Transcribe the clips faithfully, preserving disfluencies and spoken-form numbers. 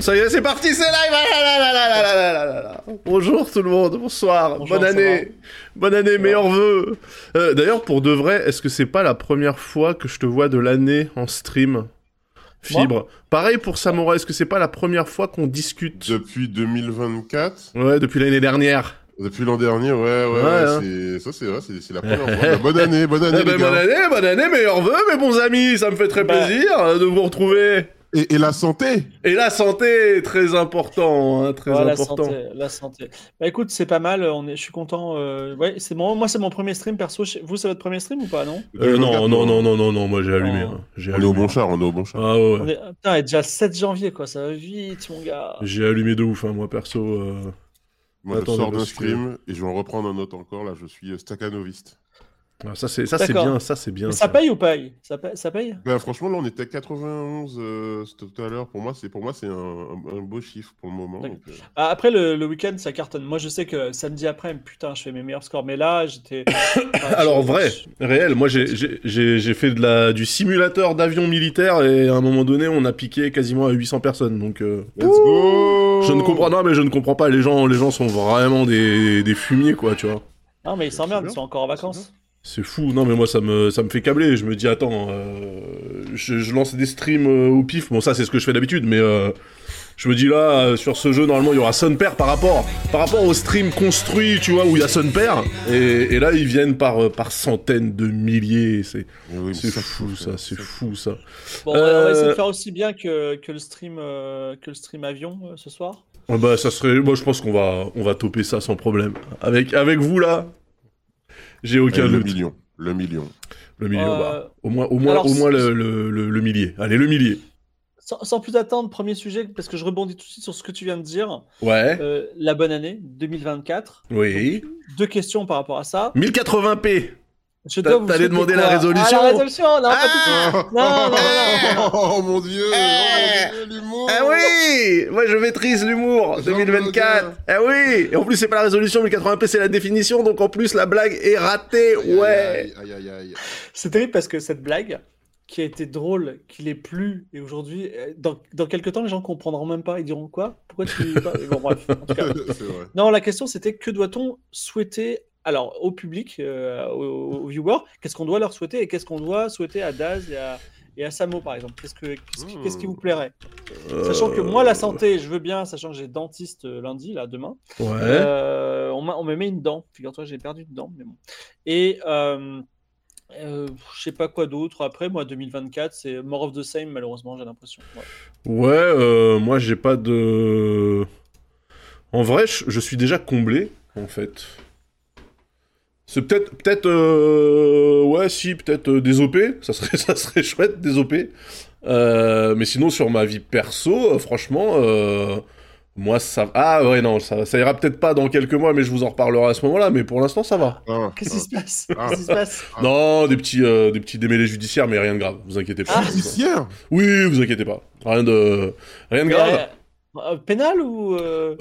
ça y est, c'est parti, c'est live. Ah là là là là là là là là là. Bonjour tout le monde, bonsoir, Bonjour, bonne année, bonne année, Ça meilleurs vœux. Euh, D'ailleurs, pour de vrai, est-ce que c'est pas la première fois que je te vois de l'année en stream, Fibre? Pareil pour Samurai, est-ce que c'est pas la première fois qu'on discute? Depuis deux mille vingt-quatre. Ouais, depuis l'année dernière. Depuis l'an dernier, ouais, ouais, Ouais, ouais, hein. c'est... ça c'est vrai, c'est, c'est la première fois. Bah, bonne année, bonne année, Eh ben, les gars. bonne année, bonne année, meilleurs vœux, mes bons amis, ça me fait très Bah. plaisir euh, de vous retrouver. Et, et la santé. Et la santé, très important, hein, très Ouais, la important. santé, la santé. Bah écoute, c'est pas mal. On est, je suis content. euh, Ouais, c'est bon. Moi, c'est mon premier stream perso. Chez- Vous, c'est votre premier stream ou pas, non? Euh, non, deux mille vingt-quatre, non, non, non, non, non, moi j'ai allumé. Non. hein. J'ai On est allumé. au bon char, on est au bon char. Ah ouais, On ouais. est... Putain, il est déjà le sept janvier, quoi. Ça va vite, mon gars. J'ai allumé de ouf, hein, moi perso. euh. Moi, Attendez, je sors d'un parce que- stream et je vais en reprendre un autre encore. Là, je suis staccanoviste. Ah, ça c'est ça c'est D'accord. bien, ça c'est bien. Mais ça paye ou paye? Ça paye, ça paye? Bah, franchement, là, on était à quatre-vingt-onze euh, tout à l'heure. Pour moi, c'est pour moi, c'est un, un, un beau chiffre pour le moment. D'accord. donc, euh, Ah, après, le, le week-end, ça cartonne. Moi, je sais que samedi après, putain, je fais mes meilleurs scores. Mais là, j'étais. Enfin, Alors je- vrai, je- réel, moi j'ai j'ai- j'ai j'ai fait de la du simulateur d'avion militaire et à un moment donné on a piqué quasiment à huit cents personnes donc. euh, Let's go. Je ne comprends non mais je ne comprends pas les gens les gens sont vraiment des des fumiers quoi tu vois. Non, mais ils s'emmerdent, C'est ils sont encore en vacances. C'est fou, non mais moi ça me, ça me fait câbler, je me dis attends, euh, je, je lance des streams euh, au pif, bon ça c'est ce que je fais d'habitude, mais euh, je me dis là, euh, sur ce jeu normalement il y aura Son Père par rapport, par rapport au stream construit, tu vois, où il y a Son Père, et, et là ils viennent par, euh, par centaines de milliers, c'est Mais oui, mais c'est ça, fou faut ça, faire, c'est ça, fou ça. Bon, on va essayer Euh, de faire aussi bien que, que le stream euh, que le stream avion euh, ce soir. Ah bah ça serait, moi je pense qu'on va, on va toper ça sans problème, avec, avec vous là, j'ai aucun Allez, le doute. million, le million. Le millier, Euh, bah, au moins, au moins, alors, au moins c'est- le, le, le, le millier, allez le millier. Sans, sans plus attendre, premier sujet, parce que je rebondis tout de suite sur ce que tu viens de dire. Ouais, Euh, la bonne année deux mille vingt-quatre. oui. Deux questions par rapport à ça. mille quatre-vingts p. Je T'a- dois vous t'allais souhaiter demander la quoi résolution Ah, la résolution Non, pas tout de Ah suite. Non, non, non, non, non. Oh mon dieu, oh mon dieu, l'humour. Ah oui, moi je maîtrise l'humour Jean deux mille vingt-quatre. Ah oui, et en plus c'est pas la résolution, mille quatre-vingts p c'est la définition, donc en plus la blague est ratée, Aïe, ouais. Aïe, aïe, aïe, aïe. C'est terrible parce que cette blague, qui a été drôle, qui l'est plus, et aujourd'hui, euh, dans, dans quelques temps, les gens comprendront même pas. Ils diront quoi? Pourquoi tu. pas Et bon, bref. En tout cas. C'est vrai. Non, la question c'était que doit-on souhaiter alors au public, euh, aux, aux viewers, qu'est-ce qu'on doit leur souhaiter et qu'est-ce qu'on doit souhaiter à Daz et à, et à Samo par exemple? Qu'est-ce, que, qu'est-ce, qui, Mmh. qu'est-ce qui vous plairait? Euh, Sachant que moi la santé, je veux bien, sachant que j'ai dentiste euh, lundi, là, demain. Ouais. Euh, on, m'a, on me met une dent, figure-toi, j'ai perdu une dent, mais bon. Et euh, euh, je sais pas quoi d'autre. Après, moi deux mille vingt-quatre, c'est more of the same, malheureusement, j'ai l'impression. Ouais. Ouais, euh, moi j'ai pas de... En vrai, je, je suis déjà comblé, en fait. C'est peut-être, peut-être, euh, ouais, si, peut-être euh, des O P, ça serait, ça serait chouette, des O P. Euh, mais sinon, sur ma vie perso, euh, franchement, euh, moi ça... Ah ouais, non, ça, ça ira peut-être pas dans quelques mois, mais je vous en reparlerai à ce moment-là, mais pour l'instant, ça va. Ah, Qu'est-ce qui se passe? Ah. Qu'est-ce qui se passe? Ah. Non, des petits, euh, des petits démêlés judiciaires, mais rien de grave, vous inquiétez pas. Ah. Judiciaire. Oui, vous inquiétez pas. Rien de, rien de Mais, grave. euh, euh, pénal ou euh,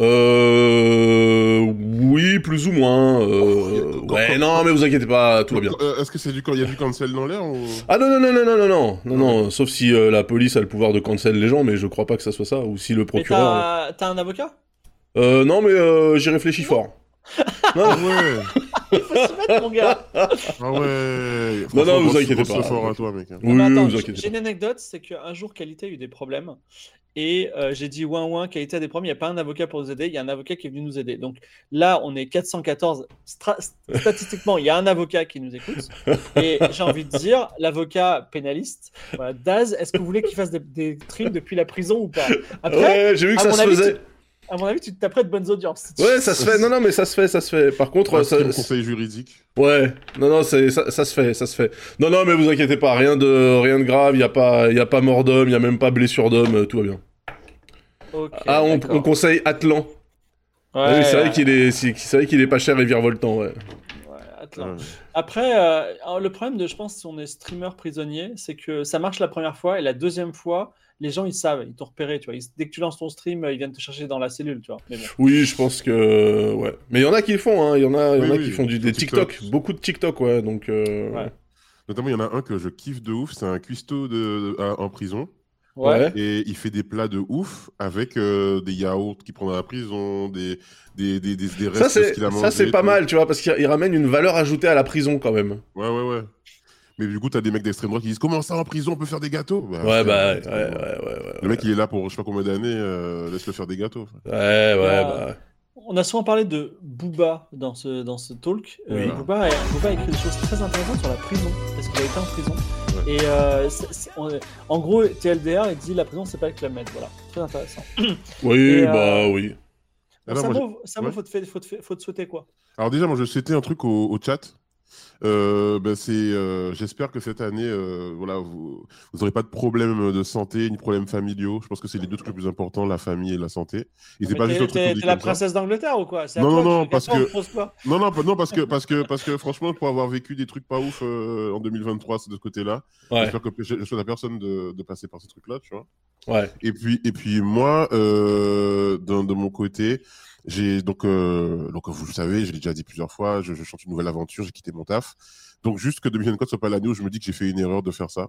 Euh... Oui, plus ou moins. Euh... Quand- Ouais, quand- non, mais vous inquiétez pas, tout va bien. Euh, Est-ce que c'est du il y a du cancel dans l'air ou... Ah non, non, non, non, non, non, non, non, non, sauf si euh, la police a le pouvoir de cancel les gens, mais je crois pas que ça soit ça, ou si le mais procureur... t'as, t'as un avocat? Euh, non, mais euh, j'y réfléchis fort. Non, Ah non, ouais. Il faut se mettre, mon gars. Ah ouais. Non, non, Franchement, vous gros- inquiétez gros pas. fort à toi, mec. hein. oui, Non, mais attends, vous j'ai inquiétez j'ai pas. une anecdote, c'est qu'un jour, Qualité a eu des problèmes. Et euh, j'ai dit ouin ouin, Qualité a des problèmes, il n'y a pas un avocat pour nous aider, il y a un avocat qui est venu nous aider. Donc là, on est quatre cent quatorze. Stra- statistiquement, il y a un avocat qui nous écoute. Et j'ai envie de dire, l'avocat pénaliste, voilà, Daz, est-ce que vous voulez qu'il fasse des, des streams depuis la prison ou pas? Après, Ouais, j'ai vu que à ça mon se avis, faisait. à mon avis, tu t'apprêtes de bonnes audiences. Ouais, ça se fait, non, non, mais ça se fait, ça se fait. Par contre, Ouais, ça... c'est le conseil juridique. Ouais, non, non, c'est, ça, ça se fait, ça se fait. Non, non, mais vous inquiétez pas, rien de, rien de grave, y a pas, y a pas mort d'homme, y a même pas blessure d'homme, euh, tout va bien. Ok, Ah, on, d'accord. on conseille Atlan. Ouais, Ah oui, c'est vrai ouais, qu'il est, c'est, c'est vrai qu'il est pas cher et virevoltant, ouais. ouais, Atlan. Ouais. Après, euh, alors, le problème de, je pense, si on est streamer prisonnier, c'est que ça marche la première fois et la deuxième fois, les gens ils savent, ils t'ont repéré, tu vois. Ils- dès que tu lances ton stream, ils viennent te chercher dans la cellule, tu vois. Mais bon. Oui, je pense que, ouais. Mais il y en a qui le font, hein. Il y en a, il y en Oui, a oui, qui font du, sur des TikTok. TikTok, beaucoup de TikTok, ouais. Donc, euh... Ouais. Notamment, il y en a un que je kiffe de ouf, c'est un cuistot de, de- à- en prison. Ouais. Et il fait des plats de ouf avec euh, des yaourts qu'il prend dans la prison, des, des, des, des, des Ça, restes de ce c'est qu'il a ça, c'est mangé et pas tout. mal, tu vois, parce qu'il il ramène une valeur ajoutée à la prison quand même. Ouais, ouais, ouais. Mais du coup, t'as des mecs d'extrême droite qui disent comment ça en prison on peut faire des gâteaux? Bah, Ouais, frère, bah, ouais, extrême ouais, droite. ouais, ouais, ouais. Le mec, il est là pour je sais pas combien d'années, euh, laisse-le faire des gâteaux. frère. Ouais, Il y ouais, a- bah. On a souvent parlé de Booba dans ce, dans ce talk. Euh, Oui. Booba, a, Booba a écrit des choses très intéressantes sur la prison, parce qu'il a été en prison. Ouais. Et euh, c'est- c'est- on- en gros, T L D R, il dit la prison, c'est pas le Club Med. Voilà, très intéressant. Oui, Et, bah, euh, oui. Bon, Alors, moi, Samo, j'ai- Samo ouais. faut, te fait- faut, te fait- faut te souhaiter quoi? Alors déjà, moi, je souhaitais un truc au, au chat. Euh, ben, c'est, euh, j'espère que cette année, euh, voilà, vous vous n'aurez pas de problèmes de santé ni de problèmes familiaux. Je pense que c'est les deux trucs les plus importants, la famille et la santé. Et c'est Mais pas juste un t'es truc qu'on t'es- dit t'es la comme ça. princesse d'Angleterre ou quoi? C'est à Non, toi non, que non, je parce Attends, que pose quoi? non, non, pas- non, parce que parce que parce que franchement, pour avoir vécu des trucs pas ouf euh, en deux mille vingt-trois, c'est de ce côté-là. Ouais, J'espère que je je souhaite à personne de, de passer par ces trucs-là, tu vois. ouais. Et puis, et puis moi, euh, de, de mon côté, j'ai donc, euh, donc vous le savez, je l'ai déjà dit plusieurs fois, je, je chante une nouvelle aventure, j'ai quitté mon taf. Donc juste que deux mille vingt-quatre soit pas l'année où je me dis que j'ai fait une erreur de faire ça.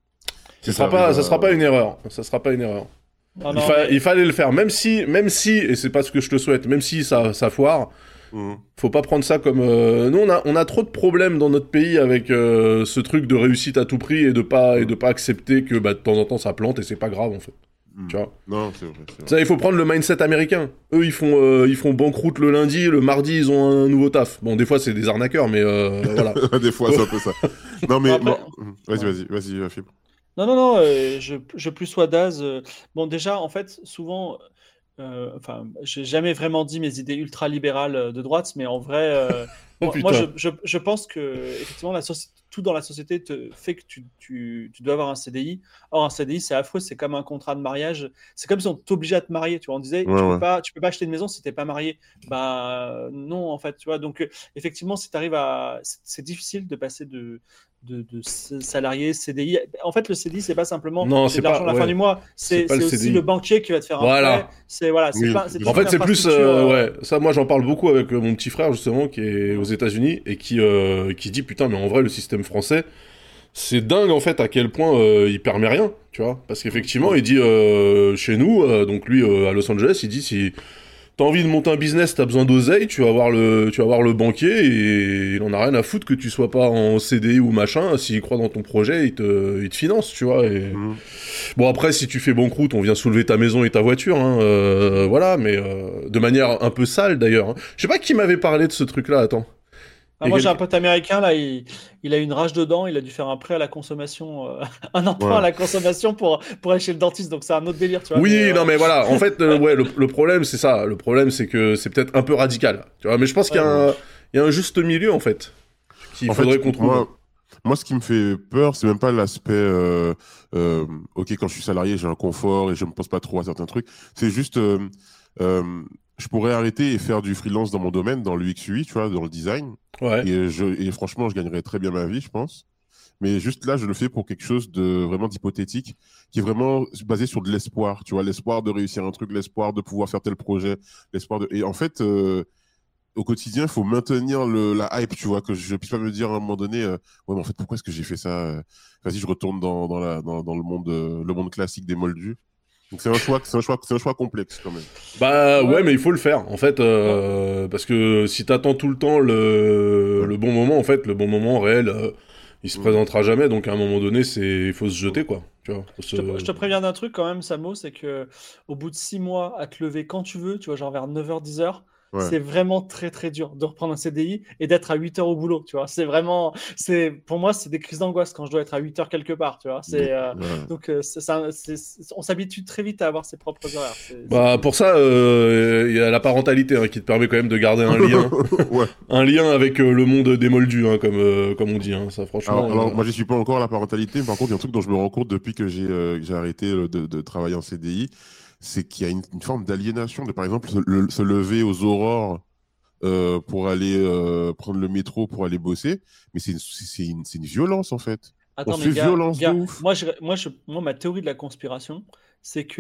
Ce Que sera j'arrive pas, à- ça sera pas une erreur. Ça sera pas une erreur. Non, Il, non, fa- mais- il fallait le faire, même si, même si, et c'est pas ce que je te souhaite, même si ça, ça foire, Mhm. faut pas prendre ça comme. euh, Nous, on a, on a trop de problèmes dans notre pays avec euh, ce truc de réussite à tout prix et de pas, et de pas accepter que bah, de temps en temps ça plante et c'est pas grave en fait. Mhm. Tu vois. Non, c'est vrai. c'est vrai. Ça, il faut prendre le mindset américain. Eux, ils font, euh, ils font banqueroute le lundi, le mardi, ils ont un nouveau taf. Bon, des fois, c'est des arnaqueurs, mais euh, voilà. Des fois, c'est un peu ça. Non, mais Après- bon, mhm. vas-y, Ouais. vas-y, vas-y, euh, Fibre. Non, non, non, euh, je, je plus sois Daz. euh, Bon, déjà, en fait, souvent, euh, enfin, j'ai jamais vraiment dit mes idées ultra-libérales euh, de droite, mais en vrai, euh, Oh, moi, moi, putain. je, je, je pense que, effectivement, la soci- tout dans la société te fait que tu, tu, tu dois avoir un C D I. Or, un C D I, c'est affreux, c'est comme un contrat de mariage. C'est comme si on t'obligeait à te marier. Tu vois, on disait, Ouais, tu ouais. peux pas, tu peux pas acheter une maison si t'es pas marié. Bah, non, en fait, tu vois. Donc, euh, effectivement, si tu arrives à. C'est c'est difficile de passer de. De, de s- salarié, C D I. En fait, le C D I, c'est pas simplement Non, j'ai c'est de l'argent pas- à la fin ouais. du mois. C'est C'est pas le c'est aussi C D I. le banquier qui va te faire un Voilà. prêt. C'est voilà, c'est Oui, pas. c'est bien En toute fait, c'est plus, l'infrastructure, euh, euh, ouais, ça, moi, j'en parle beaucoup avec euh, mon petit frère, justement, qui est aux États-Unis, et qui, euh, qui dit, putain, mais en vrai, le système français, c'est dingue, en fait, à quel point euh, il permet rien, tu vois. Parce qu'effectivement, il dit, euh, chez nous, euh, donc lui, euh, à Los Angeles, il dit, si t'as envie de monter un business, t'as besoin d'oseille, tu vas voir le, tu vas voir le banquier, et il en a rien à foutre que tu sois pas en C D I ou machin, s'il croit dans ton projet, il te, il te finance, tu vois, et... Mhm. Bon, après, si tu fais banqueroute, on vient soulever ta maison et ta voiture, hein, euh, voilà, mais euh, de manière un peu sale, d'ailleurs. Hein. Je sais pas qui m'avait parlé de ce truc-là, attends. Ah, Et moi, j'ai quel- un pote américain, là, il, il a une rage dedans, il a dû faire un prêt à la consommation, euh, un emprunt Ouais. à la consommation pour, pour aller chez le dentiste, donc c'est un autre délire, tu vois. Oui, mais, euh, non, mais voilà, en fait, euh, ouais, le, le problème, c'est ça. Le problème, c'est que c'est peut-être un peu radical, tu vois, mais je pense qu'il y, a un- il y a un juste milieu, en fait, qu'il En faudrait fait, qu'on trouve. moi, moi, ce qui me fait peur, c'est même pas l'aspect, euh, euh, ok, quand je suis salarié, j'ai un confort et je me pose pas trop à certains trucs. C'est juste, euh, euh, je pourrais arrêter et faire du freelance dans mon domaine, dans l'U X U I, tu vois, dans le design. Ouais. Et, je, et franchement, je gagnerais très bien ma vie, je pense. Mais juste là, je le fais pour quelque chose de vraiment d'hypothétique, qui est vraiment basé sur de l'espoir, tu vois, l'espoir de réussir un truc, l'espoir de pouvoir faire tel projet, l'espoir de... Et en fait, euh, au quotidien, il faut maintenir le, la hype, tu vois, que je puisse pas me dire à un moment donné, euh, ouais, mais en fait, pourquoi est-ce que j'ai fait ça euh, Vas-y, je retourne dans, dans, la, dans, dans le, monde, euh, le monde classique des moldus. Donc c'est un choix, c'est un choix, c'est un choix complexe quand même. Bah ouais. Ouais. mais il faut le faire, en fait, euh, parce que si t'attends tout le temps le, Ouais. le bon moment, en fait, le bon moment réel, euh, il se Mm. présentera jamais, donc à un moment donné, c'est, il faut se jeter, quoi, tu vois. Faut se- Je te, je te préviens d'un truc quand même, Samo, c'est que au bout de six mois à te lever quand tu veux, tu vois, genre vers neuf heures, dix heures, Ouais. c'est vraiment très très dur de reprendre un C D I et d'être à huit heures au boulot, tu vois. C'est vraiment, c'est, pour moi, c'est des crises d'angoisse quand je dois être à huit heures quelque part, tu vois. C'est, euh, Ouais. donc, euh, c'est, ça- c'est- c'est- on s'habitue très vite à avoir ses propres horaires. C'est- Bah c'est- pour ça, euh, il y a la parentalité hein, qui te permet quand même de garder un lien, Ouais. un lien avec euh, le monde des moldus, hein, comme euh, comme on dit. Hein, ça franchement. Alors, alors euh, moi, j'y suis pas encore à la parentalité, mais par contre, il y a un truc dont je me rends compte depuis que j'ai euh, que j'ai arrêté euh, de, de travailler en C D I, c'est qu'il y a une, une forme d'aliénation de, par exemple, se, le- se lever aux aurores euh, pour aller euh, prendre le métro pour aller bosser, mais c'est une, c'est c'est une, c'est une violence en fait. Attends, On mais fait gars, violence gars, de ouf. moi, je, moi, je, moi, ma théorie de la conspiration, c'est que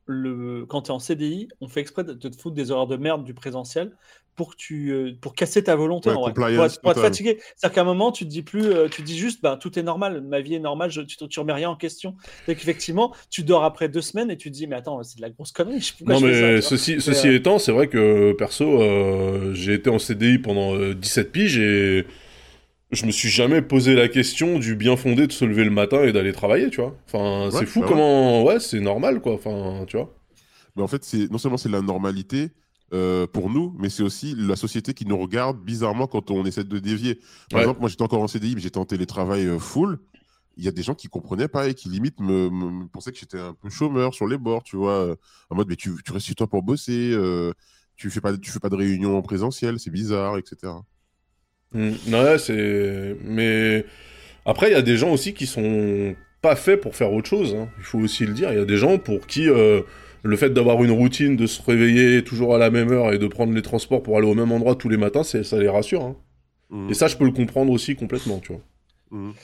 le... quand tu es en C D I, on fait exprès de de te foutre des horaires de merde du présentiel pour que tu euh, pour casser ta volonté Ouais, en vrai. Pour compliance être, pour être totale. fatigué. C'est-à-dire qu'à un moment, tu te dis plus, euh, tu te dis juste, ben, tout est normal, ma vie est normale, je, tu, te- tu remets rien en question. C'est qu'effectivement, tu dors après deux semaines et tu te dis, mais attends, c'est de la grosse connerie, je- pourquoi Non, je fais ça, mais tu vois. ceci, Mais, ceci euh, étant, c'est vrai que perso, euh, j'ai été en C D I pendant euh, dix-sept piges et je me suis jamais posé la question du bien fondé de se lever le matin et d'aller travailler, tu vois. Enfin, Ouais, c'est fou bah ouais. comment. Ouais, c'est normal, quoi. Enfin, tu vois. Mais en fait, c'est non seulement c'est la normalité euh, pour nous, mais c'est aussi la société qui nous regarde bizarrement quand on essaie de dévier. Par Ouais. exemple, moi j'étais encore en C D I, mais j'étais en télétravail euh, full. Il y a des gens qui comprenaient pas et qui limite me, me- me pensaient que j'étais un peu chômeur sur les bords, tu vois, euh, en mode mais tu, tu restes chez toi pour bosser, euh, tu fais pas tu fais pas de réunion en présentiel, c'est bizarre, et cetera. Mm. Ouais, c'est. Mais après, il y a des gens aussi qui sont pas faits pour faire autre chose, hein. Il faut aussi le dire. Il y a des gens pour qui euh, le fait d'avoir une routine, de se réveiller toujours à la même heure et de prendre les transports pour aller au même endroit tous les matins, c'est, ça les rassure, hein. Et Mhm. ça, je peux le comprendre aussi complètement, tu vois. Mhm.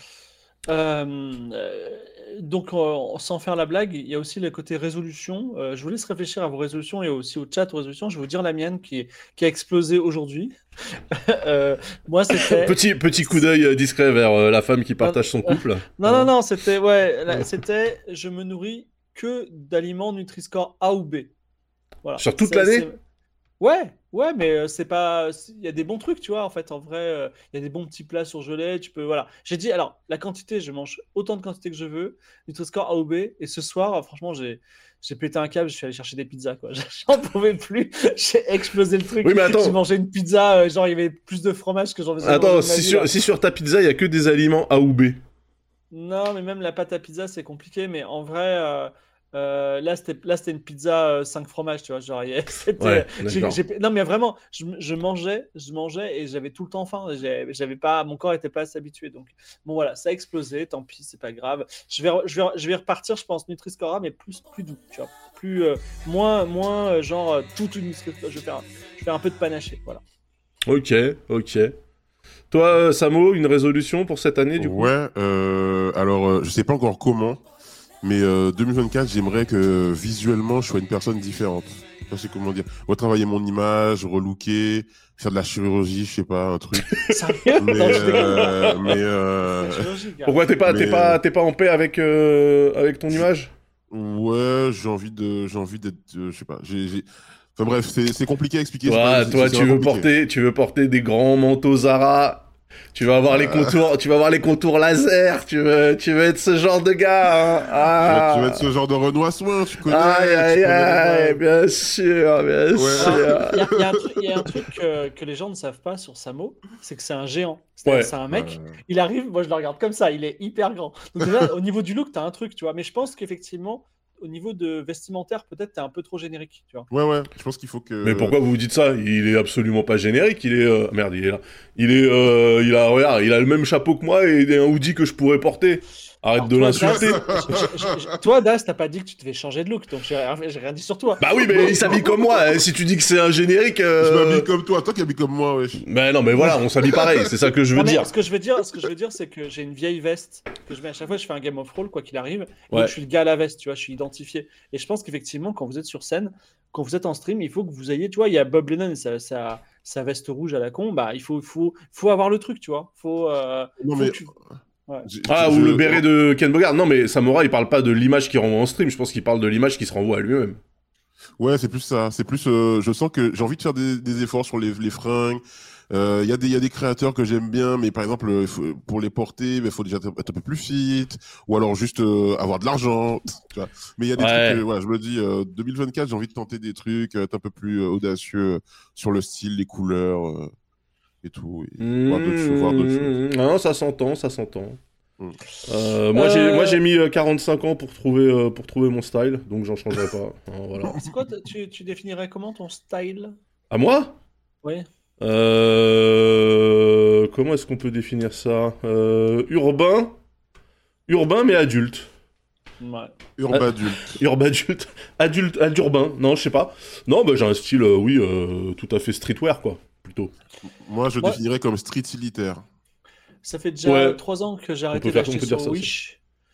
Euh, euh, donc, euh, sans faire la blague, il y a aussi le côté résolution. Euh, je vous laisse réfléchir à vos résolutions et aussi au chat aux résolutions. Je vais vous dire la mienne qui, est- qui a explosé aujourd'hui. Euh, moi, c'était. Petit, petit coup d'œil euh, discret vers euh, la femme qui Ah, partage son euh, couple. non, non, Hein. non, c'était. Ouais, là, c'était. Je me nourris que d'aliments Nutri-Score A ou B. Voilà. Sur toute C'est, l'année? c'est- Ouais, ouais, mais euh, c'est pas. c'est- Il y a des bons trucs, tu vois, en fait, en vrai. euh, Il y a des bons petits plats surgelés, tu peux. Voilà. J'ai dit, alors, la quantité, je mange autant de quantité que je veux, Nutri-Score A ou B, et ce soir, euh, franchement, j'ai. J'ai pété un câble, je suis allé chercher des pizzas, quoi. J'en pouvais plus. J'ai explosé le truc. Oui, mais J'ai attends, mangé une pizza, euh, genre, il y avait plus de fromage que j'en ai mangé attends, de ma si vie, sur, là. si sur ta pizza, il y a que des aliments A ou B. Non, mais même la pâte à pizza, c'est compliqué. Mais en vrai, euh, euh, là, c'était, là, c'était une pizza euh, cinq fromages, tu vois. Genre, il y a- c'était, Ouais, j'ai- d'accord. j'ai- non, mais vraiment, je, je mangeais, je mangeais et j'avais tout le temps faim. J'ai- J'avais pas, mon corps était pas assez habitué. Donc, bon, voilà, ça a explosé. Tant pis, c'est pas grave. Je vais, re- je vais, je vais repartir, je pense, Nutri-Score, mais plus, plus doux, tu vois. Plus, euh, moins, moins, euh, genre, euh, tout une. Je vais faire, je vais faire un peu de panaché. Voilà. Ok, ok. Toi, euh, Samo, une résolution pour cette année, du coup? Ouais, euh, alors euh, je sais pas encore comment, mais euh, deux mille vingt-quatre, j'aimerais que visuellement je sois une personne différente. Je sais comment dire. Retravailler mon image, relooker, faire de la chirurgie, je sais pas, un truc. Sérieux? Mais Non, je déconne. euh, mais La euh, chirurgie, gars. Pourquoi t'es pas, t'es mais pas, t'es pas en paix avec, euh, avec ton je- image? ouais, j'ai envie de, j'ai envie d'être, euh, je sais pas, j'ai, j'ai- enfin bref, c'est c'est compliqué à expliquer. C'est pas, Toi, c'est toi, c'est tu vraiment veux compliqué. porter, tu veux porter des grands manteaux Zara. Tu vas avoir les Euh, contours, tu vas avoir les contours laser. Tu veux, tu veux être ce genre de gars, hein. je vais être, je vais être Ah. ce genre de Renoir Soin, tu Aïe, connais, tu aïe, connais les aïe, bails. bien sûr, bien Ouais. Alors, sûr. il y a, il y a un truc, il y a un truc que, que les gens ne savent pas sur Samo, c'est que c'est un géant. C'est-à-dire, Ouais. c'est un mec, Euh, il arrive, moi je le regarde comme ça, il est hyper grand. Donc déjà, au niveau du look, t'as un truc, tu vois. Mais je pense qu'effectivement, au niveau de vestimentaire, peut-être t'es un peu trop générique, tu vois. ouais, ouais, je pense qu'il faut Mais que. pourquoi vous vous dites ça? Il est absolument pas générique. Il est euh, merde, il est là. Il est, euh, il a, regarde, il a le même chapeau que moi et un hoodie que je pourrais porter. Arrête Alors de toi, l'insulter. Das, j'ai- j'ai- j'ai- toi, Das, t'as pas dit que tu devais changer de look, donc j'ai rien j'ai rien dit sur toi. Bah oui, mais il s'habille comme moi. Hein. Si tu dis que c'est un générique, Je euh... m'habille comme toi, toi qui habilles comme moi, wesh. bah non, mais voilà, on s'habille pareil. C'est ça que je veux Non, mais dire. ce que je veux dire, ce que je veux dire, c'est que j'ai une vieille veste que je mets à chaque fois que je fais un Game of Roll, quoi qu'il arrive. Et Ouais. donc je suis le gars à la veste, tu vois, je suis identifié. Et je pense qu'effectivement, quand vous êtes sur scène, quand vous êtes en stream, il faut que vous ayez, tu vois, il y a Bob Lennon et sa, sa, sa veste rouge à la con, bah il faut, faut, faut avoir le truc, tu vois. Faut, euh, Non, faut mais. que tu- Ouais. j'ai- Ah, je- ou le je- béret de Ken Bogard. Non, mais Samora, il parle pas de l'image qu'il renvoie en stream. Je pense qu'il parle de l'image qui se renvoie à lui-même. Ouais, c'est plus ça. C'est plus. euh, je sens que j'ai envie de faire des, des efforts sur les, les fringues. Il euh, y, a des- y a des créateurs que j'aime bien, mais par exemple, euh, faut- pour les porter, il faut déjà être un peu plus fit, ou alors juste euh, avoir de l'argent. Tu vois. Mais il y a des Ouais. trucs, que, voilà, je me dis, euh, deux mille vingt-quatre, j'ai envie de tenter des trucs, euh, être un peu plus euh, audacieux euh, sur le style, les couleurs euh, et tout, et voir d'autres choses. Voir d'autres choses. Mmh, non, ça s'entend, ça s'entend. Mm. Euh, moi, j'ai, moi, Euh, j'ai mis euh, quarante-cinq ans pour trouver, euh, pour trouver mon style, donc j'en changerai pas. Hein, voilà. C'est quoi, t- tu, tu définirais comment ton style? À moi? Oui. Euh, comment est-ce qu'on peut définir ça? Euh, urbain, urbain mais adulte. Ouais. Urbain Ah. adulte. Urbain adulte, adulte, adulte urbain. Non, je sais pas. Non, bah j'ai un style, euh, oui, euh, tout à fait streetwear quoi, plutôt. Moi, je Ouais. définirais comme street utilitaire. Ça fait déjà Ouais. trois ans que j'ai On arrêté peut faire- on d'acheter peut dire sur ça aussi. Wish.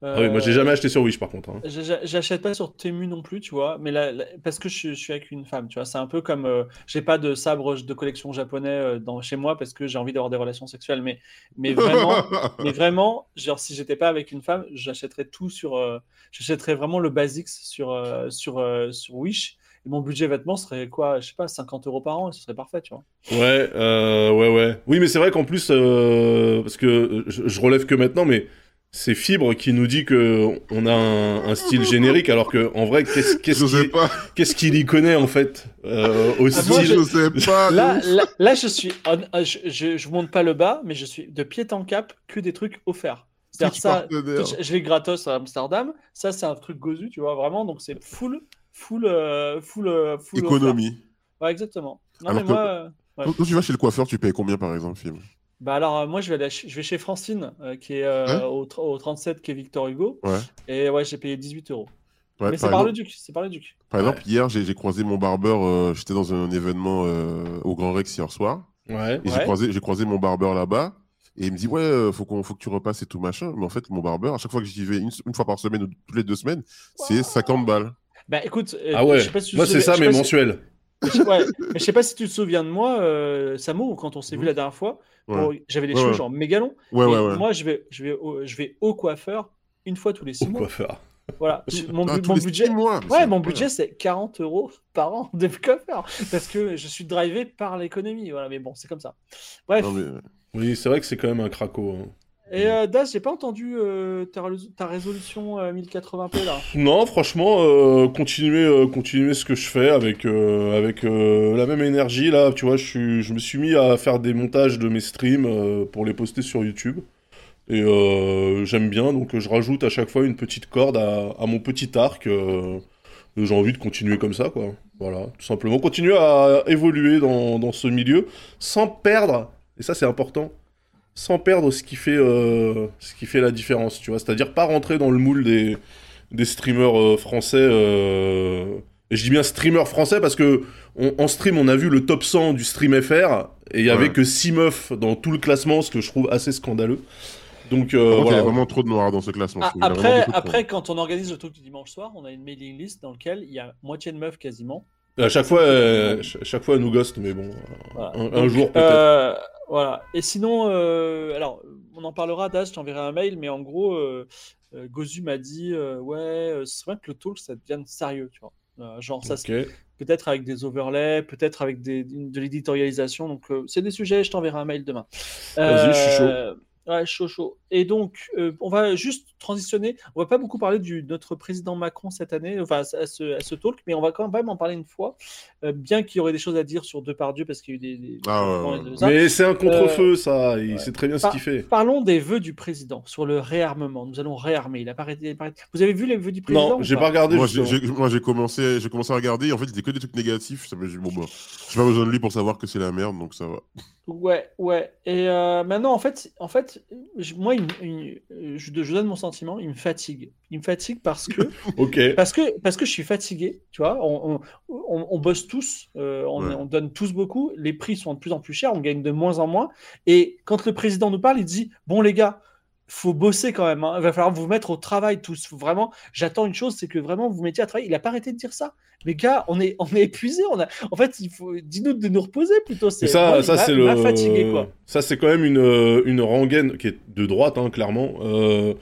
Ah oui, moi j'ai jamais acheté sur Wish par contre. Hein. J'a- J'achète pas sur Temu non plus, tu vois, mais là, là- parce que je, suis je suis avec une femme, tu vois. C'est un peu comme euh, j'ai pas de sabre de collection japonais euh, dans, chez moi parce que j'ai envie d'avoir des relations sexuelles, mais, mais vraiment, mais vraiment, genre si j'étais pas avec une femme, j'achèterais tout sur, euh, j'achèterais vraiment le basics sur, euh, sur, euh, sur Wish. Et mon budget vêtements serait quoi, je sais pas, cinquante euros par an, et ce serait parfait, tu vois. Ouais, euh, ouais, ouais. Oui, mais c'est vrai qu'en plus, euh, parce que je, je relève que maintenant, mais c'est Fibre qui nous dit que on a un, un style générique, alors que en vrai, qu'est-ce qu'est-ce Je sais qu'il pas. qu'est-ce qu'il y connaît en fait euh, au Ah, moi, style. Je sais pas. Là, de ouf. là, là, je suis, en- je, je, je vous montre pas le bas, mais je suis de pied en cap que des trucs offerts. C'est-à-dire Twitch ça, partenaire. Twitch, je l'ai gratos à Amsterdam. Ça, c'est un truc gozu, tu vois, vraiment. Donc c'est full, full, euh, full, euh, full offert. Économie. Ouais, exactement. Non, Alors mais que- moi, euh, ouais. Quand quand tu vas chez le coiffeur, tu payes combien par exemple, film? Bah alors, euh, moi, je vais, aller ch- je vais chez Francine, euh, qui est euh, Ouais. au, tr- au trente-sept, qui est Victor Hugo. Ouais. Et ouais, j'ai payé dix-huit euros. Ouais, Mais c'est par par le exemple, duc, c'est par le duc. par exemple, Ouais. hier, j'ai j'ai croisé mon barbeur. euh, J'étais dans un événement euh, au Grand Rex hier soir. Ouais. Et j'ai Ouais. croisé, j'ai croisé mon barbeur là-bas. Et il me dit, ouais, euh, faut qu'on, faut que tu repasses et tout machin. Mais en fait, mon barbeur, à chaque fois que j'y vais, une, une fois par semaine ou toutes les deux semaines, c'est cinquante balles. Bah écoute, euh, Ah ouais. je sais pas si tu te Moi c'est souviens- ça, je sais mais pas si- mensuel. Mais je, ouais, mais je sais pas si tu te souviens de moi, euh, Samo, quand on s'est vu Mhm. la dernière fois, Ouais. pour- j'avais les Ouais, cheveux ouais. genre méga longs. Ouais, et ouais, ouais. moi, je vais, je, vais au, je vais au coiffeur une fois tous les six Au mois. coiffeur. Voilà. Je- mon, Ah, bu- tous mon les budget, six mois. Mais ouais, c'est mon incroyable. budget c'est quarante euros par an de coiffeur parce que je suis drivé par l'économie. Voilà, mais bon, c'est comme ça. Bref. Non, mais... Oui, c'est vrai que c'est quand même un craco. Hein. Et euh, Das, j'ai pas entendu euh, ta, rés- ta résolution euh, mille quatre-vingts p là. Non, franchement, euh, continuer, euh, continuer ce que je fais avec, euh, avec euh, la même énergie. Là, tu vois, je, suis, je me suis mis à faire des montages de mes streams euh, pour les poster sur YouTube. Et euh, j'aime bien, donc je rajoute à chaque fois une petite corde à, à mon petit arc. Euh, et j'ai envie de continuer comme ça, quoi. Voilà, tout simplement. Continuer à évoluer dans, dans ce milieu sans perdre, et ça c'est important, sans perdre ce qui fait, euh, ce qui fait la différence, tu vois. C'est-à-dire pas rentrer dans le moule des, des streamers euh, français. Euh... Et je dis bien streamers français parce que on, en stream, on a vu le top cent du Stream F R et il y avait Ouais. que six meufs dans tout le classement, ce que je trouve assez scandaleux. Donc, euh, Par contre, il y voilà. a vraiment trop de noirs dans ce classement. Ah, Il y a vraiment après, beaucoup de après, quand on organise le truc du dimanche soir, on a une mailing list dans laquelle il y a moitié de meufs quasiment. À chaque fois, euh, ch- chaque fois, elle nous ghost, mais bon, euh, Voilà. un, un Donc, jour peut-être. euh, voilà. Et sinon, euh, alors, on en parlera, Das, je t'enverrai un mail, mais en gros, euh, euh, Gozu m'a dit, euh, ouais, euh, ce serait bien que le talk, ça devienne sérieux, tu vois. Euh, genre, ça, Ok. se- peut-être avec des overlays, peut-être avec des, de l'éditorialisation. Donc, euh, c'est des sujets, je t'enverrai un mail demain. Vas-y, je suis chaud. Euh, Ouais, chaud, chaud. Et donc, euh, on va juste transitionner. On va pas beaucoup parler du, de notre président Macron cette année, enfin à ce, à ce talk, mais on va quand même en parler une fois. Euh, bien qu'il y aurait des choses à dire sur Depardieu parce qu'il y a eu des. des Ah, changements ouais, et ouais. tout ça. Mais c'est un contre-feu, ça. Il ouais. sait très bien ce Par- qu'il fait. Parlons des vœux du président sur le réarmement. Nous allons réarmer. Il a pas arrêté- pas arrêté- Vous avez vu les vœux du président Non, ou j'ai pas regardé. Moi, j'ai, justement. j'ai- moi, j'ai commencé, j'ai commencé à regarder. En fait, il disait que des trucs négatifs. Ça me dit, bon, bah, j'ai pas besoin de lui pour savoir que c'est la merde, donc ça va. Ouais, ouais. Et euh, maintenant, en fait, en fait, je- moi, il me- il- je, je donne mon sentiment. Il me fatigue. Il me fatigue parce que. Ok. Parce que, parce que je suis fatigué, tu vois, on, on, on, on bosse tous, euh, on, Ouais. on donne tous beaucoup, les prix sont de plus en plus chers, on gagne de moins en moins, et quand le président nous parle, il dit, bon les gars, faut bosser quand même, hein. Il va falloir vous mettre au travail tous, faut vraiment, j'attends une chose, c'est que vraiment vous vous mettiez à travailler, il a pas arrêté de dire ça, les gars, on est, on est épuisés, on a, en fait, il faut, dis-nous de nous reposer plutôt, c'est, Et ça, moi, il ça m'a- c'est il le. m'a fatigué, quoi. Ça, c'est quand même une, une rengaine qui est de droite, hein, clairement. Euh,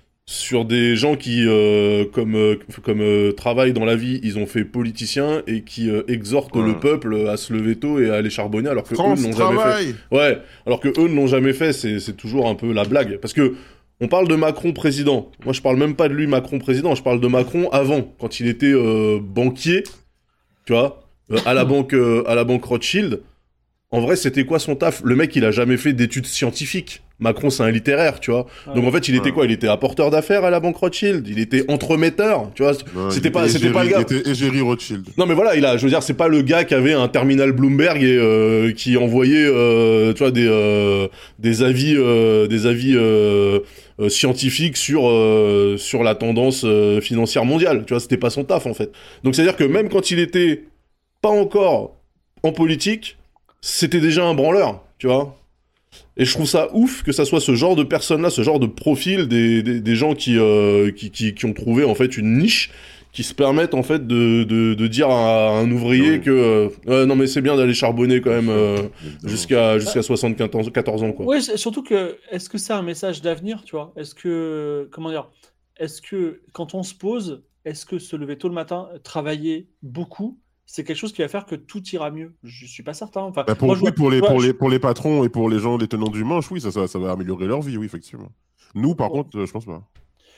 sur des gens qui, euh, comme, euh, comme euh, travaillent dans la vie, ils ont fait politiciens et qui euh, exhortent Ouais. le peuple à se lever tôt et à aller charbonner, alors que France eux ne l'ont jamais fait. travail. Ouais, alors que eux ne l'ont jamais fait, c'est c'est toujours un peu la blague. Parce que on parle de Macron président. Moi, je parle même pas de lui Macron président. Je parle de Macron avant, quand il était euh, banquier, tu vois, euh, à la banque, euh, à la banque Rothschild. En vrai, c'était quoi son taf? Le mec, il a jamais fait d'études scientifiques. Macron, c'est un littéraire, tu vois. Ouais. Donc en fait, il était Ouais. quoi? Il était apporteur d'affaires à la banque Rothschild. Il était entremetteur, tu vois. Non, C'était il pas, était c'était pas le égérie- gars. Il était égérie Rothschild. Non mais voilà, il a, je veux dire, c'est pas le gars qui avait un terminal Bloomberg et euh, qui envoyait, euh, tu vois, des euh, des avis, euh, des avis euh, euh, scientifiques sur euh, sur la tendance euh, financière mondiale. Tu vois, c'était pas son taf en fait. Donc c'est à dire que même quand il était pas encore en politique, c'était déjà un branleur, tu vois. Et je trouve ça ouf que ça soit ce genre de personnes-là, ce genre de profil, des, des, des gens qui, euh, qui, qui, qui ont trouvé en fait une niche, qui se permettent en fait de, de, de dire à un ouvrier Oui. que euh, ouais, non mais c'est bien d'aller charbonner quand même euh, Évidemment. jusqu'à jusqu'à soixante-quatorze ans quoi. Oui, surtout que, est-ce que c'est un message d'avenir, tu vois? Est-ce que, comment dire, est-ce que quand on se pose, est-ce que se lever tôt le matin, travailler beaucoup, c'est quelque chose qui va faire que tout ira mieux? Je suis pas certain. Enfin, Bah, pour, moi, je oui, vois- pour, les, tu vois, pour, je- les, pour les patrons et pour les gens, les tenants du manche, oui, ça, ça, ça va améliorer leur vie, oui, effectivement. Nous, par Ouais. contre, euh, je pense pas.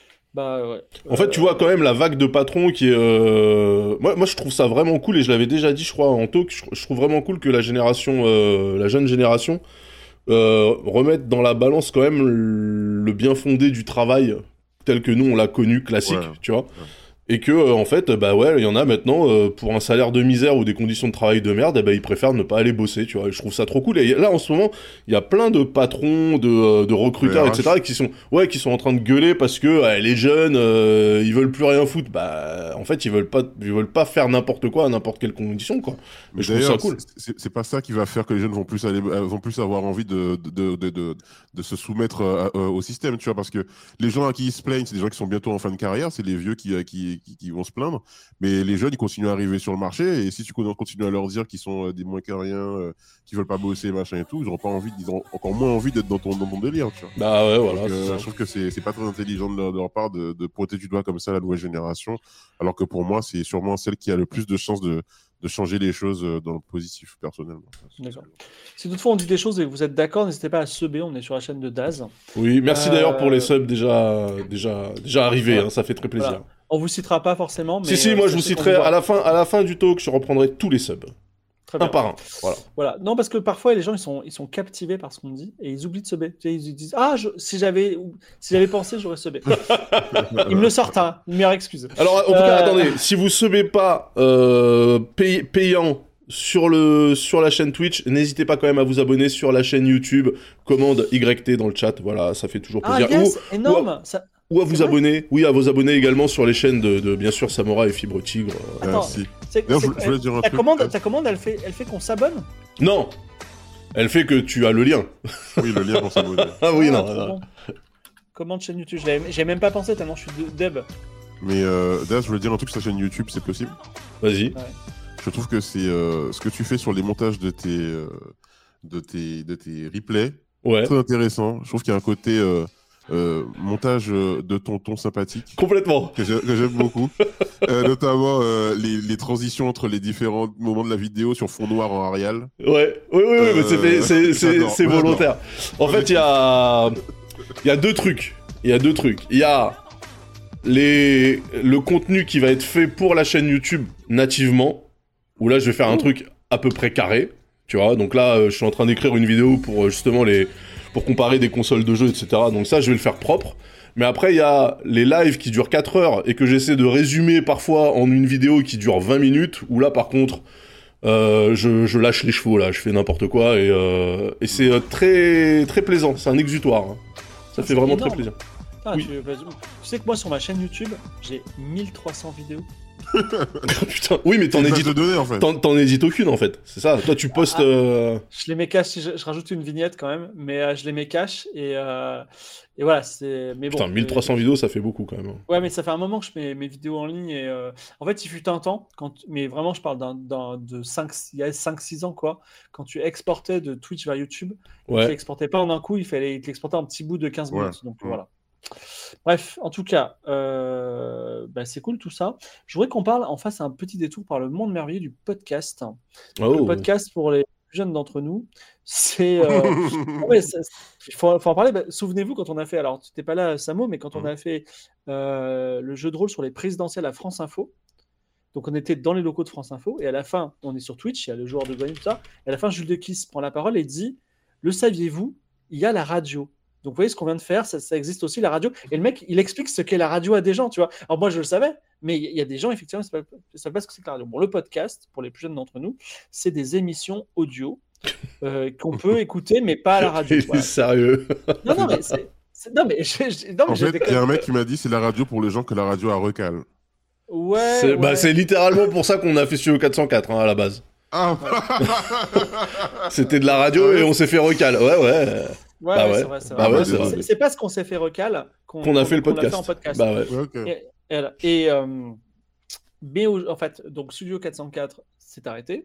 Bah ouais. En fait, tu vois quand même la vague de patrons qui est. Euh... Moi, moi, je trouve ça vraiment cool et je l'avais déjà dit, je crois, en talk. Je, je trouve vraiment cool que la génération, euh, la jeune génération, euh, remette dans la balance quand même le bien fondé du travail tel que nous on l'a connu classique, Ouais. tu vois. Et que euh, en fait, bah ouais, il y en a maintenant euh, pour un salaire de misère ou des conditions de travail de merde, eh ben ils préfèrent ne pas aller bosser, tu vois. Et je trouve ça trop cool. Et là, en ce moment, il y a plein de patrons, de, euh, de recruteurs, Le R H. et cetera, qui sont, ouais, qui sont en train de gueuler parce que ouais, les jeunes, euh, ils veulent plus rien foutre. Bah, en fait, ils veulent pas, ils veulent pas faire n'importe quoi à n'importe quelle condition, quoi. Mais Mais je trouve ça d'ailleurs, cool. c'est- c'est c'est pas ça qui va faire que les jeunes vont plus aller, euh, vont plus avoir envie de de, de, de, de, de se soumettre euh, à- euh, au système, tu vois, parce que les gens à qui ils se plaignent, c'est des gens qui sont bientôt en fin de carrière, c'est les vieux qui, euh, qui, qui, qui vont se plaindre, mais les jeunes, ils continuent à arriver sur le marché, et si tu con- continues à leur dire qu'ils sont euh, des moins que rien, euh, qu'ils veulent pas bosser, machin et tout, ils auront pas envie, ils auront encore moins envie d'être dans ton, dans ton délire, tu vois. Bah ouais, voilà. Donc, c'est euh, ça. je trouve que c'est c'est pas très intelligent de leur, de leur part de, de pointer du doigt comme ça la nouvelle génération, alors que pour moi, c'est sûrement celle qui a le plus de chances de, de changer les choses euh, dans le positif, personnellement. D'accord. Si toutefois on dit des choses et que vous êtes d'accord, n'hésitez pas à subber, on est sur la chaîne de Daz. Oui, merci Euh, d'ailleurs pour les subs déjà, déjà, déjà arrivés. Voilà. Hein, ça fait très plaisir. Voilà. On vous citera pas forcément, mais si si, euh, moi je vous sachez qu'on citerai voit. à la fin, à la fin du talk, je reprendrai tous les subs, Très un bien. par un. Voilà. Voilà. Non, parce que parfois les gens ils sont, ils sont captivés par ce qu'on dit et ils oublient de subber. Tu sais, ils disent ah je- si j'avais si j'avais pensé j'aurais subé. Ils me le sortent, hein, une meilleure excuse. Alors en tout cas, Euh, attendez, si vous subez pas euh, pay- payant sur le sur la chaîne Twitch, n'hésitez pas quand même à vous abonner sur la chaîne YouTube. Commande Y T dans le chat. Voilà, ça fait toujours Ah plaisir. yes, énorme. Ça... Ou, ou à vous C'est vrai abonner. Oui, à vous abonner également sur les chaînes de, de bien sûr Samora et Fibre Tigre. Euh, Attends, Merci. c'est- D'ailleurs, c'est- je, je voulais dire un ta truc. commande, ta commande, elle fait, elle fait qu'on s'abonne. Non, elle fait que tu as le lien. Oui, le lien pour s'abonner. Ah oui, Ah, non. trop non. bon. Commande chaîne YouTube. Je l'avais- J'ai même pas pensé tellement je suis de- deb. Mais euh, d'ailleurs, je voulais dire un truc sur ta chaîne YouTube, c'est possible. Vas-y. Je trouve que c'est euh, ce que tu fais sur les montages de tes, euh, de tes, de tes replays, Ouais. très intéressant. Je trouve qu'il y a un côté euh, euh, montage euh, de tonton sympathique Complètement. que j'ai- que j'aime beaucoup, Euh, notamment euh, les, les transitions entre les différents moments de la vidéo sur fond noir en Arial. Ouais, oui, oui, oui, mais c'est fait- Euh, c'est c'est- j'adore, c'est j'adore. volontaire. En fait, il y a, il y a deux trucs. Il y a deux trucs. Il y a les, le contenu qui va être fait pour la chaîne YouTube nativement, où là, je vais faire un Ouh. truc à peu près carré, tu vois. Donc là, euh, je suis en train d'écrire une vidéo pour euh, justement les, pour comparer des consoles de jeux, et cetera. Donc ça, je vais le faire propre. Mais après, il y a les lives qui durent quatre heures et que j'essaie de résumer parfois en une vidéo qui dure vingt minutes, où là, par contre, euh, je, je lâche les chevaux, là, je fais n'importe quoi, et, euh, et c'est euh, très, très plaisant, c'est un exutoire. Hein. Ça Ah, fait c'est vraiment énorme. très plaisir. Ah, Oui. tu, vas-y. Tu sais que moi sur ma chaîne YouTube, j'ai mille trois cents vidéos. Putain, oui, mais t'en C'est une édites, base de données, en fait. t'en, t'en édites aucune, en fait, c'est ça. Toi, tu postes... Ah. euh, Je les mets cash, je, je rajoute une vignette quand même, mais euh, je les mets cash et, euh, et voilà, c'est. Mais bon. Putain, mille trois cents mais- vidéos, ça fait beaucoup, quand même. hein. Ouais, mais ça fait un moment que je mets mes vidéos en ligne et euh, en fait, il fut un temps, quand, mais vraiment, je parle d'un, d'un- de cinq, il y a cinq six ans, quoi, quand tu exportais de Twitch vers YouTube, tu Ouais. l'exportais pas en un coup, il fallait tu l'exportais en petits bouts de quinze Ouais, minutes. Donc ouais. voilà. Bref, en tout cas, euh, bah, c'est cool tout ça. Je voudrais qu'on parle, en fasse un petit détour par le monde merveilleux du podcast. Le Oh. podcast, pour les plus jeunes d'entre nous, c'est. euh, ah ouais, ça- il faut, faut en parler. Bah, souvenez-vous, quand on a fait. Alors, tu n'étais pas là, Samo, mais quand on Mhm. a fait euh, le jeu de rôle sur les présidentielles à France Info. Donc, on était dans les locaux de France Info. Et à la fin, on est sur Twitch, il y a le joueur de Green, tout ça. Et à la fin, Jules de Kiss prend la parole et dit le saviez-vous, il y a la radio. Donc, vous voyez ce qu'on vient de faire, ça, ça existe aussi la radio. Et le mec, il explique ce qu'est la radio à des gens, tu vois. Alors, moi, je le savais, mais il y a des gens, effectivement, qui ne savent pas ce que c'est que la radio. Bon, le podcast, pour les plus jeunes d'entre nous, c'est des émissions audio euh, qu'on peut écouter, mais pas à la radio. Il est Voilà. sérieux. Non, non, mais c'est. c'est- Non, mais, je- je- non, mais En j'ai fait, des- il y a un mec qui m'a dit c'est la radio pour les gens que la radio a recale. Ouais, c'est, ouais. bah, c'est littéralement pour ça qu'on a fait Studio quatre cent quatre, hein, à la base. Ah, C'était de la radio et on s'est fait recal. Ouais, ouais. Ouais, Bah ouais, ouais. c'est vrai, c'est Bah vrai. ouais, c'est vrai. C'est- c'est pas ce qu'on s'est fait recal qu'on Qu'on a fait le qu'on l'a podcast. en podcast. Bah ouais. ouais, ok. Et, et, voilà. Et, euh, mais au- en fait, donc Studio quatre cent quatre s'est arrêté.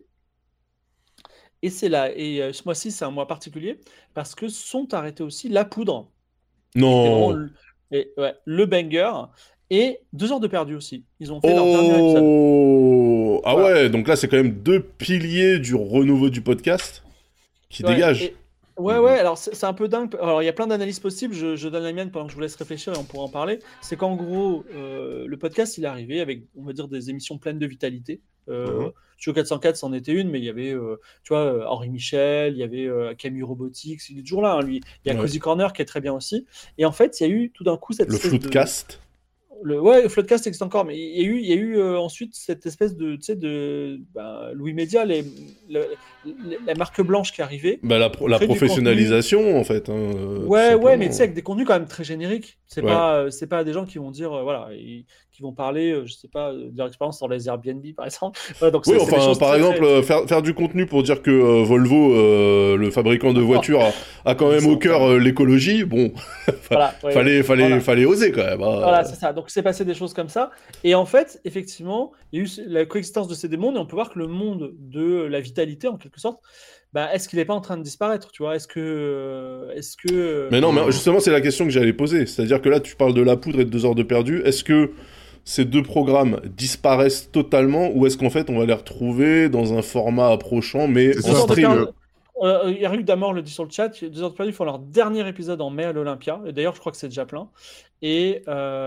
Et c'est là. Et euh, ce mois-ci, c'est un mois particulier parce que sont arrêtés aussi La Poudre. C'était vraiment Non. le, et, ouais, le banger. Et deux heures de perdu aussi. Ils ont fait leur dernier épisode. Oh. Ah Voilà. ouais, donc là, c'est quand même deux piliers du renouveau du podcast qui Ouais, dégagent. et- ouais, ouais, alors c'est c'est un peu dingue. Alors il y a plein d'analyses possibles, je, je donne la mienne pendant que je vous laisse réfléchir et on pourra en parler. C'est qu'en gros, euh, le podcast il est arrivé avec, on va dire, des émissions pleines de vitalité. Euh, Mhm. Studio quatre cent quatre, c'en était une, mais il y avait, euh, tu vois, euh, Henri Michel, il y avait euh, Camille Robotics, il est toujours là, hein, lui. Il y a Ouais. Cozy Corner qui est très bien aussi. Et en fait, il y a eu tout d'un coup cette Le espèce de- Floodcast. le, ouais, le Floodcast existe encore, mais il y a eu, il y a eu euh, ensuite cette espèce de, tu sais, de ben, Louis Média, les, le- le- la marque blanche qui est arrivée. Bah, la, pro- la Crée du professionnalisation, en fait. hein, euh, tout Ouais, ouais, mais simplement. tu sais, avec des contenus quand même très génériques. C'est Ouais. pas, euh, c'est pas des gens qui vont dire, euh, voilà, ils- qui vont parler, euh, je sais pas, de leur expérience sur les Airbnb, par exemple. Voilà, donc Oui, c'est- c'est des enfin, choses par très, exemple, très- euh, faire, faire du contenu pour dire que euh, Volvo, euh, le fabricant de voitures, a, a quand même au cœur euh, l'écologie, bon, Voilà, ouais, fallait, fallait, voilà. fallait oser quand même. hein. Voilà, c'est ça. Donc, c'est passé des choses comme ça. Et en fait, effectivement, il y a eu la coexistence de ces deux mondes et on peut voir que le monde de la vitalité, en quelque sorte, bah, est-ce qu'il n'est pas en train de disparaître, tu vois? Est-ce que, euh, est-ce que, Mais non, mais justement, c'est la question que j'allais poser. C'est-à-dire que là, tu parles de La Poudre et de deux heures de perdu. Est-ce que ces deux programmes disparaissent totalement ou est-ce qu'en fait, on va les retrouver dans un format approchant, mais C'est en ça, Deux heures de stream perdu- Euh, Eric Damor le dit sur le chat, Deux heures de perdu font leur dernier épisode en mai à l'Olympia. Et d'ailleurs, je crois que c'est déjà plein. Et,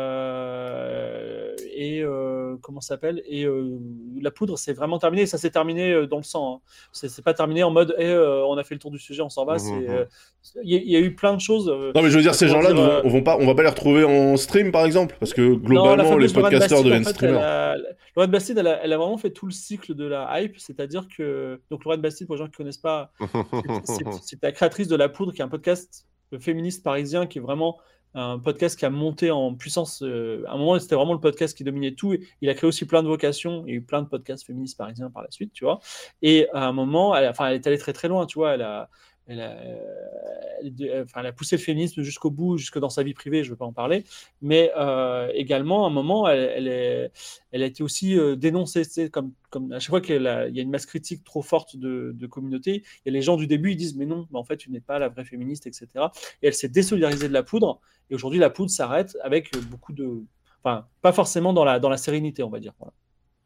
euh, et euh, comment ça s'appelle? Et euh, La Poudre, c'est vraiment terminé. Ça s'est terminé euh, dans le sang. Hein. C'est c'est pas terminé en mode, eh, euh, on a fait le tour du sujet, on s'en va. Mhm, C'est, mhm. euh, Il y, a- il y a eu plein de choses. euh, Non, mais je veux dire, ces comment gens-là, dire, nous, euh, on, vont pas, on va pas les retrouver en stream, par exemple, parce que Non, la globalement, les fameuse Lorraine podcasteurs Bastide, deviennent en fait, streamers. elle a- Lorraine Bastide, elle a, elle a vraiment fait tout le cycle de la hype, c'est-à-dire que donc Lorraine Bastide, pour les gens qui ne connaissent pas, c'est c'est la créatrice de La Poudre, qui est un podcast féministe parisien, qui est vraiment un podcast qui a monté en puissance. euh, à un moment, c'était vraiment le podcast qui dominait tout. Et il a créé aussi plein de vocations. Il y a eu plein de podcasts féministes parisiens par la suite, tu vois. Et à un moment, elle, enfin, elle est allée très très loin, tu vois. Elle a, elle a, elle, elle- enfin, elle a poussé le féminisme jusqu'au bout, jusque dans sa vie privée. Je ne veux pas en parler. Mais euh, également, à un moment, elle, elle, est, elle a été aussi euh, dénoncée. Tu sais, comme, comme à chaque fois qu'il y a une masse critique trop forte de, de communauté, il y a les gens du début, ils disent mais non, mais en fait, tu n'es pas la vraie féministe, et cetera. Et elle s'est désolidarisée de La Poudre. Et aujourd'hui, La Poudre s'arrête avec beaucoup de, enfin, pas forcément dans la dans la sérénité, on va dire. Voilà.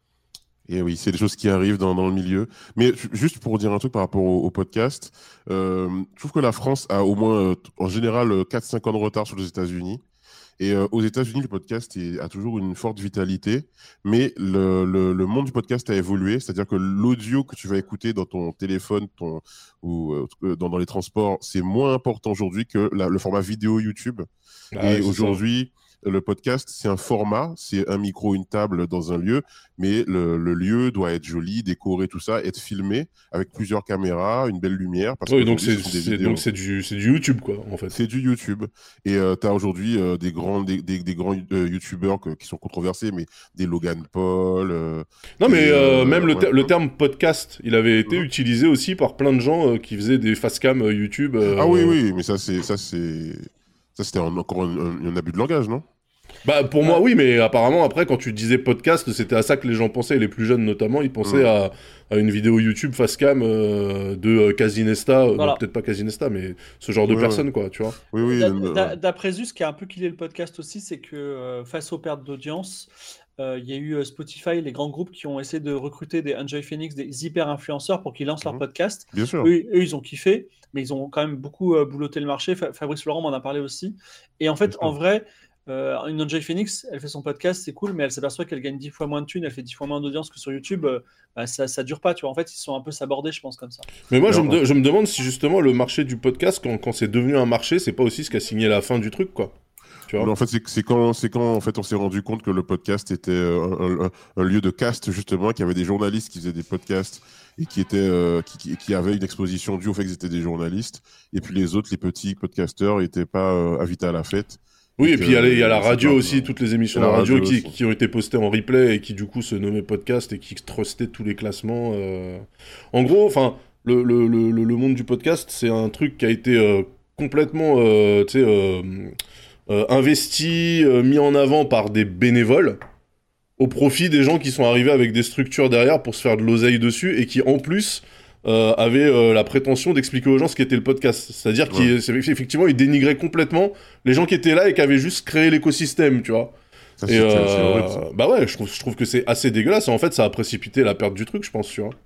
Et oui, c'est des choses qui arrivent dans, dans le milieu. Mais ju- juste pour dire un truc par rapport au, au podcast, euh, je trouve que la France a au moins, euh, en général, euh, quatre cinq ans de retard sur les États-Unis. Et euh, aux États-Unis, le podcast est- a toujours une forte vitalité, mais le, le, le monde du podcast a évolué. C'est-à-dire que l'audio que tu vas écouter dans ton téléphone ton, ou euh, dans, dans les transports, c'est moins important aujourd'hui que la- le format vidéo YouTube. Ah Et ouais, c'est ça. aujourd'hui, le podcast, c'est un format, c'est un micro, une table dans un lieu, mais le, le lieu doit être joli, décoré, tout ça, être filmé avec plusieurs caméras, une belle lumière. Parce Oui, donc qu'aujourd'hui, c'est ce sont des c'est- vidéos. donc c'est du, c'est du YouTube, quoi, en fait. C'est du YouTube. Et euh, tu as aujourd'hui euh, des grands, des, des, des grands euh, YouTubeurs que- qui sont controversés, mais des Logan Paul. euh, Non, mais et, euh, euh, même le, ouais. ter- le terme podcast, il avait été Mhm. utilisé aussi par plein de gens euh, qui faisaient des facecam euh, YouTube. euh, Ah oui, oui, mais ça, c'est, ça, c'est, ça, c'était un- encore un, un- un abus de langage, non? Bah, pour moi, oui, mais apparemment, après, quand tu disais podcast, c'était à ça que les gens pensaient, les plus jeunes notamment, ils pensaient Mhm. à, à une vidéo YouTube facecam euh, de euh, Casinesta, euh, Voilà. non, peut-être pas Casinesta, mais ce genre de Ouais, personnes, quoi, tu vois. Oui, oui. D'a- euh, d'a- D'après Zeus, ce qui a un peu killé le podcast aussi, c'est que euh, face aux pertes d'audience, euh, il y a eu euh, Spotify, les grands groupes qui ont essayé de recruter des Enjoy Phoenix, des hyper influenceurs pour qu'ils lancent leur Mhm. podcast. bien sûr. Eux, eux, ils ont kiffé, mais ils ont quand même beaucoup euh, boulotté le marché. Fa- Fabrice Laurent m'en a parlé aussi. Et en fait, Bien sûr. en vrai, euh, une Enjoy Phoenix, elle fait son podcast, c'est cool, mais elle s'aperçoit qu'elle gagne dix fois moins de thunes, elle fait dix fois moins d'audience que sur YouTube. euh, bah, ça, ça dure pas, tu vois. En fait, ils sont un peu sabordés, je pense, comme ça. Mais moi, je Alors, me, de- je me demande si justement le marché du podcast, quand, quand c'est devenu un marché, c'est pas aussi ce qui a signé la fin du truc, quoi. Tu vois. Mais en fait, c'est c'est quand, c'est quand en fait, on s'est rendu compte que le podcast était euh, un, un- un lieu de cast, justement, qu'il y avait des journalistes qui faisaient des podcasts et qui, étaient, euh, qui, qui, qui avaient une exposition due au fait qu'ils étaient des journalistes. Et puis les autres, les petits podcasteurs, n'étaient pas euh, invités à la fête. Oui, et que, puis il y a, les- il y a la c'est radio pas- aussi, toutes les émissions Et de la radio radio qui, aussi. qui ont été postées en replay et qui du coup se nommaient podcast et qui trustaient tous les classements. euh. En gros, enfin, le, le, le, le le monde du podcast, c'est un truc qui a été euh, complètement, euh, tu sais, euh, euh, investi, euh, mis en avant par des bénévoles, au profit des gens qui sont arrivés avec des structures derrière pour se faire de l'oseille dessus et qui en plus euh, avaient euh, la prétention d'expliquer aux gens ce qu'était le podcast. C'est-à-dire qu'effectivement ils dénigraient complètement les gens qui étaient là et qui avaient juste créé l'écosystème, tu vois. Ça, Et c'est euh, c'est horrible, ça. bah ouais, je trouve, je trouve que c'est assez dégueulasse et en fait ça a précipité la perte du truc, je pense, tu vois.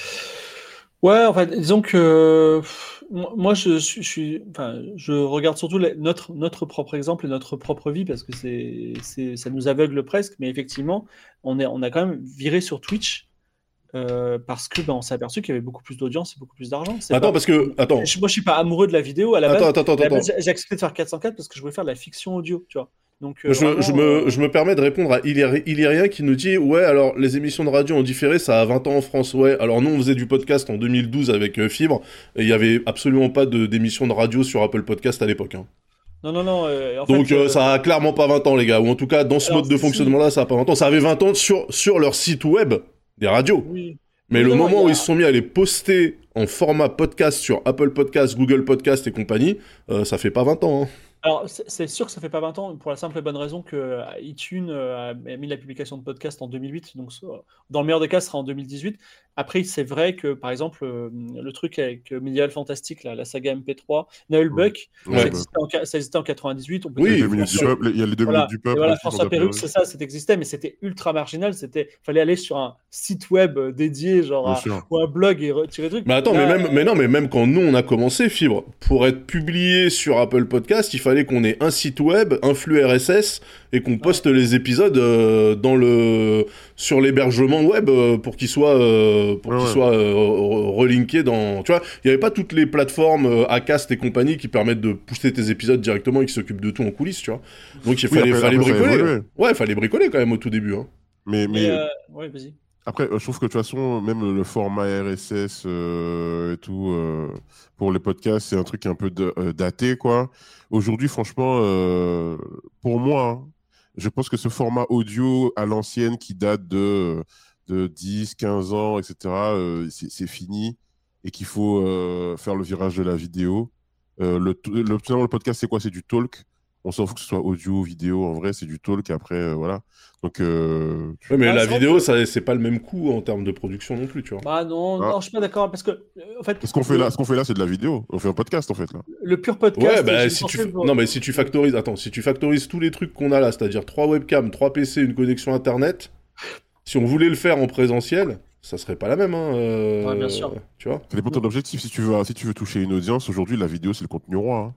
Ouais, en fait, disons que pff, moi, moi, je suis, je suis- enfin, je regarde surtout les- notre, notre propre exemple et notre propre vie parce que c'est, c'est, ça nous aveugle presque. Mais effectivement, on est, on a quand même viré sur Twitch euh, parce que ben, on s'est aperçu qu'il y avait beaucoup plus d'audience et beaucoup plus d'argent. C'est Attends, pas, parce que attends, je- moi, je suis pas amoureux de la vidéo à la attends, base. attends, attends, À la attends. base, j'ai j'ai accepté de faire quatre cent quatre parce que je voulais faire de la fiction audio, tu vois. Donc euh, Je, je vraiment, me, euh, je me permets de répondre à Illyri- Illyrien qui nous dit ouais, alors les émissions de radio ont différé, ça a vingt ans en France. Ouais, alors nous on faisait du podcast en deux mille douze avec euh, Fibre et il y avait absolument pas de d'émissions de radio sur Apple Podcast à l'époque, hein. non, non, non. euh, en Donc fait, euh, euh, ça a clairement pas vingt ans, les gars, ou en tout cas dans ce alors mode de si, fonctionnement là, ça a pas vingt ans. Ça avait vingt ans sur sur leur site web des radios. oui. Mais le Évidemment, moment il y où a- ils se sont mis à les poster en format podcast sur Apple Podcast, Google Podcast et compagnie, euh, ça fait pas vingt ans, hein. Alors, c'est c'est sûr que ça fait pas vingt ans, pour la simple et bonne raison que euh, iTunes euh, a mis la publication de podcast en deux mille huit, donc euh, dans le meilleur des cas, ce sera en deux mille dix-huit. Après, c'est vrai que, par exemple, euh, le truc avec euh, Médiéval Fantastique, là, la saga M P trois, Nullbuck, Ouais, ça, bah, existait en, qua- ça existait en quatre-vingt-dix-huit. On peut Oui, les dire deux que minutes du sur- peuple, il y a les deux voilà. minutes du Et peuple. voilà, aussi, François qu'on Pérux, appelle, c'est ça, ça existait, mais c'était ultra marginal. C'était, fallait aller sur un site web euh, dédié, genre, bien à- sûr. ou un blog et retirer le truc. Mais attends, Là, mais même, mais non, mais même quand nous on a commencé Fibre, pour être publié sur Apple Podcast, il fallait qu'on ait un site web, un flux R S S et qu'on poste les épisodes euh, dans le sur l'hébergement web euh, pour qu'ils soient euh, pour Ouais, qu'ils ouais. soient euh, re- relinkés dans. Tu vois, il y avait pas toutes les plateformes euh, Acast et compagnie qui permettent de pousser tes épisodes directement et qui s'occupent de tout en coulisses, tu vois. Donc il Oui, fallait après- fallait après, ça a bricoler. évolué. Ouais, il fallait bricoler quand même au tout début, hein. Mais, mais, mais euh, ouais, vas-y. après, euh, je trouve que de toute façon, même le format R S S euh, et tout, euh, pour les podcasts, c'est un truc un peu de- euh, daté, quoi. Aujourd'hui, franchement, euh, pour moi, hein, je pense que ce format audio à l'ancienne qui date de, de dix, quinze ans, et cetera, euh, c'est c'est fini et qu'il faut euh, faire le virage de la vidéo. Euh, le, t- le, finalement, le podcast, c'est quoi? C'est du talk. On s'en fout que ce soit audio, vidéo, en vrai, c'est du talk. Et après, euh, voilà. Donc, euh, Ouais, mais Ah, la c'est vrai vidéo, que- ça c'est pas le même coût en termes de production non plus, tu vois. Bah non, Ah. non, je suis pas d'accord parce que, euh, en fait, ce qu'on fait le- là, ce qu'on fait là, c'est de la vidéo. On fait un podcast, en fait, là. le pur podcast. Ouais, bah j'ai si pensé tu pour- non mais si tu factorises, attends, si tu factorises tous les trucs qu'on a là, c'est-à-dire trois webcams, trois P C, une connexion internet, si on voulait le faire en présentiel, ça serait pas la même, hein. euh, Ouais, bien sûr. Tu vois. Ça dépend de ton objectif. Si tu veux, si tu veux toucher une audience, aujourd'hui, la vidéo, c'est le contenu roi, hein.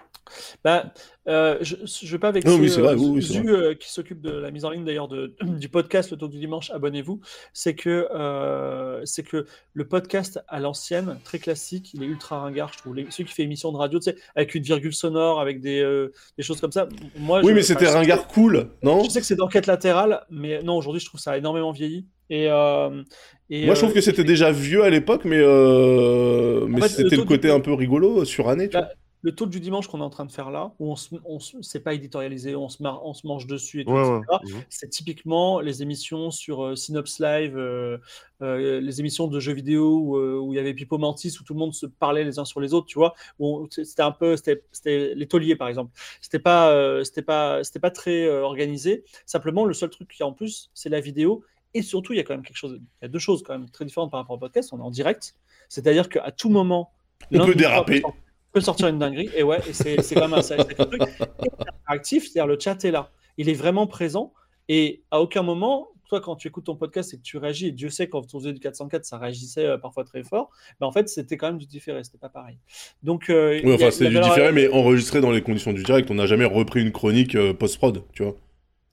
Bah, euh, je ne vais pas vexer Non, oui, c'est vrai, euh, oui, oui, c'est Zu, euh, qui s'occupe de la mise en ligne d'ailleurs de, du podcast Le Tour du Dimanche, abonnez-vous. C'est que, euh, c'est que le podcast à l'ancienne, très classique, il est ultra ringard, je trouve. Les, ceux qui font émission de radio, tu sais, avec une virgule sonore, avec des, euh, des choses comme ça. Moi, Oui, je- mais c'était enfin, je- ringard cool, non? Je sais que c'est d'enquête latérale, mais non, aujourd'hui, je trouve ça énormément vieilli. Et, euh, et, Moi, je trouve euh, que c'était déjà vieux à l'époque, mais euh... mais fait, c'était le le taux côté du- un peu rigolo, suranné, tu Bah, vois. le talk du dimanche qu'on est en train de faire là, où on se, on se- c'est pas éditorialisé, on se, mar- on se mange dessus et tout, Ouais, et ouais. cetera. Mhm. C'est typiquement les émissions sur euh, Synops Live, euh, euh, les émissions de jeux vidéo où, euh, où il y avait Pipo Mantis, où tout le monde se parlait les uns sur les autres, tu vois. Où on- c'était un peu, c'était, c'était les tauliers par exemple. C'était pas, euh, c'était pas, c'était pas très euh, organisé. Simplement, le seul truc qu'il y a en plus, c'est la vidéo. Et surtout, il y a quand même quelque chose, il y a deux choses quand même très différentes par rapport au podcast. On est en direct, c'est-à-dire qu'à tout moment, On l'un peut de nous trois déraper. peut peut sortir une dinguerie, et ouais, et c'est c'est quand même un sacré truc. Et c'est interactif, c'est-à-dire le chat est là. Il est vraiment présent, et à aucun moment, toi, quand tu écoutes ton podcast et que tu réagis, et Dieu sait, quand on faisait du quatre cent quatre, ça réagissait euh, parfois très fort, mais en fait, c'était quand même du différé, c'était pas pareil. Donc, euh, Oui, il y a- enfin, il y c'était du avait alors- différé, mais enregistré dans les conditions du direct. On n'a jamais repris une chronique euh, post-prod, tu vois.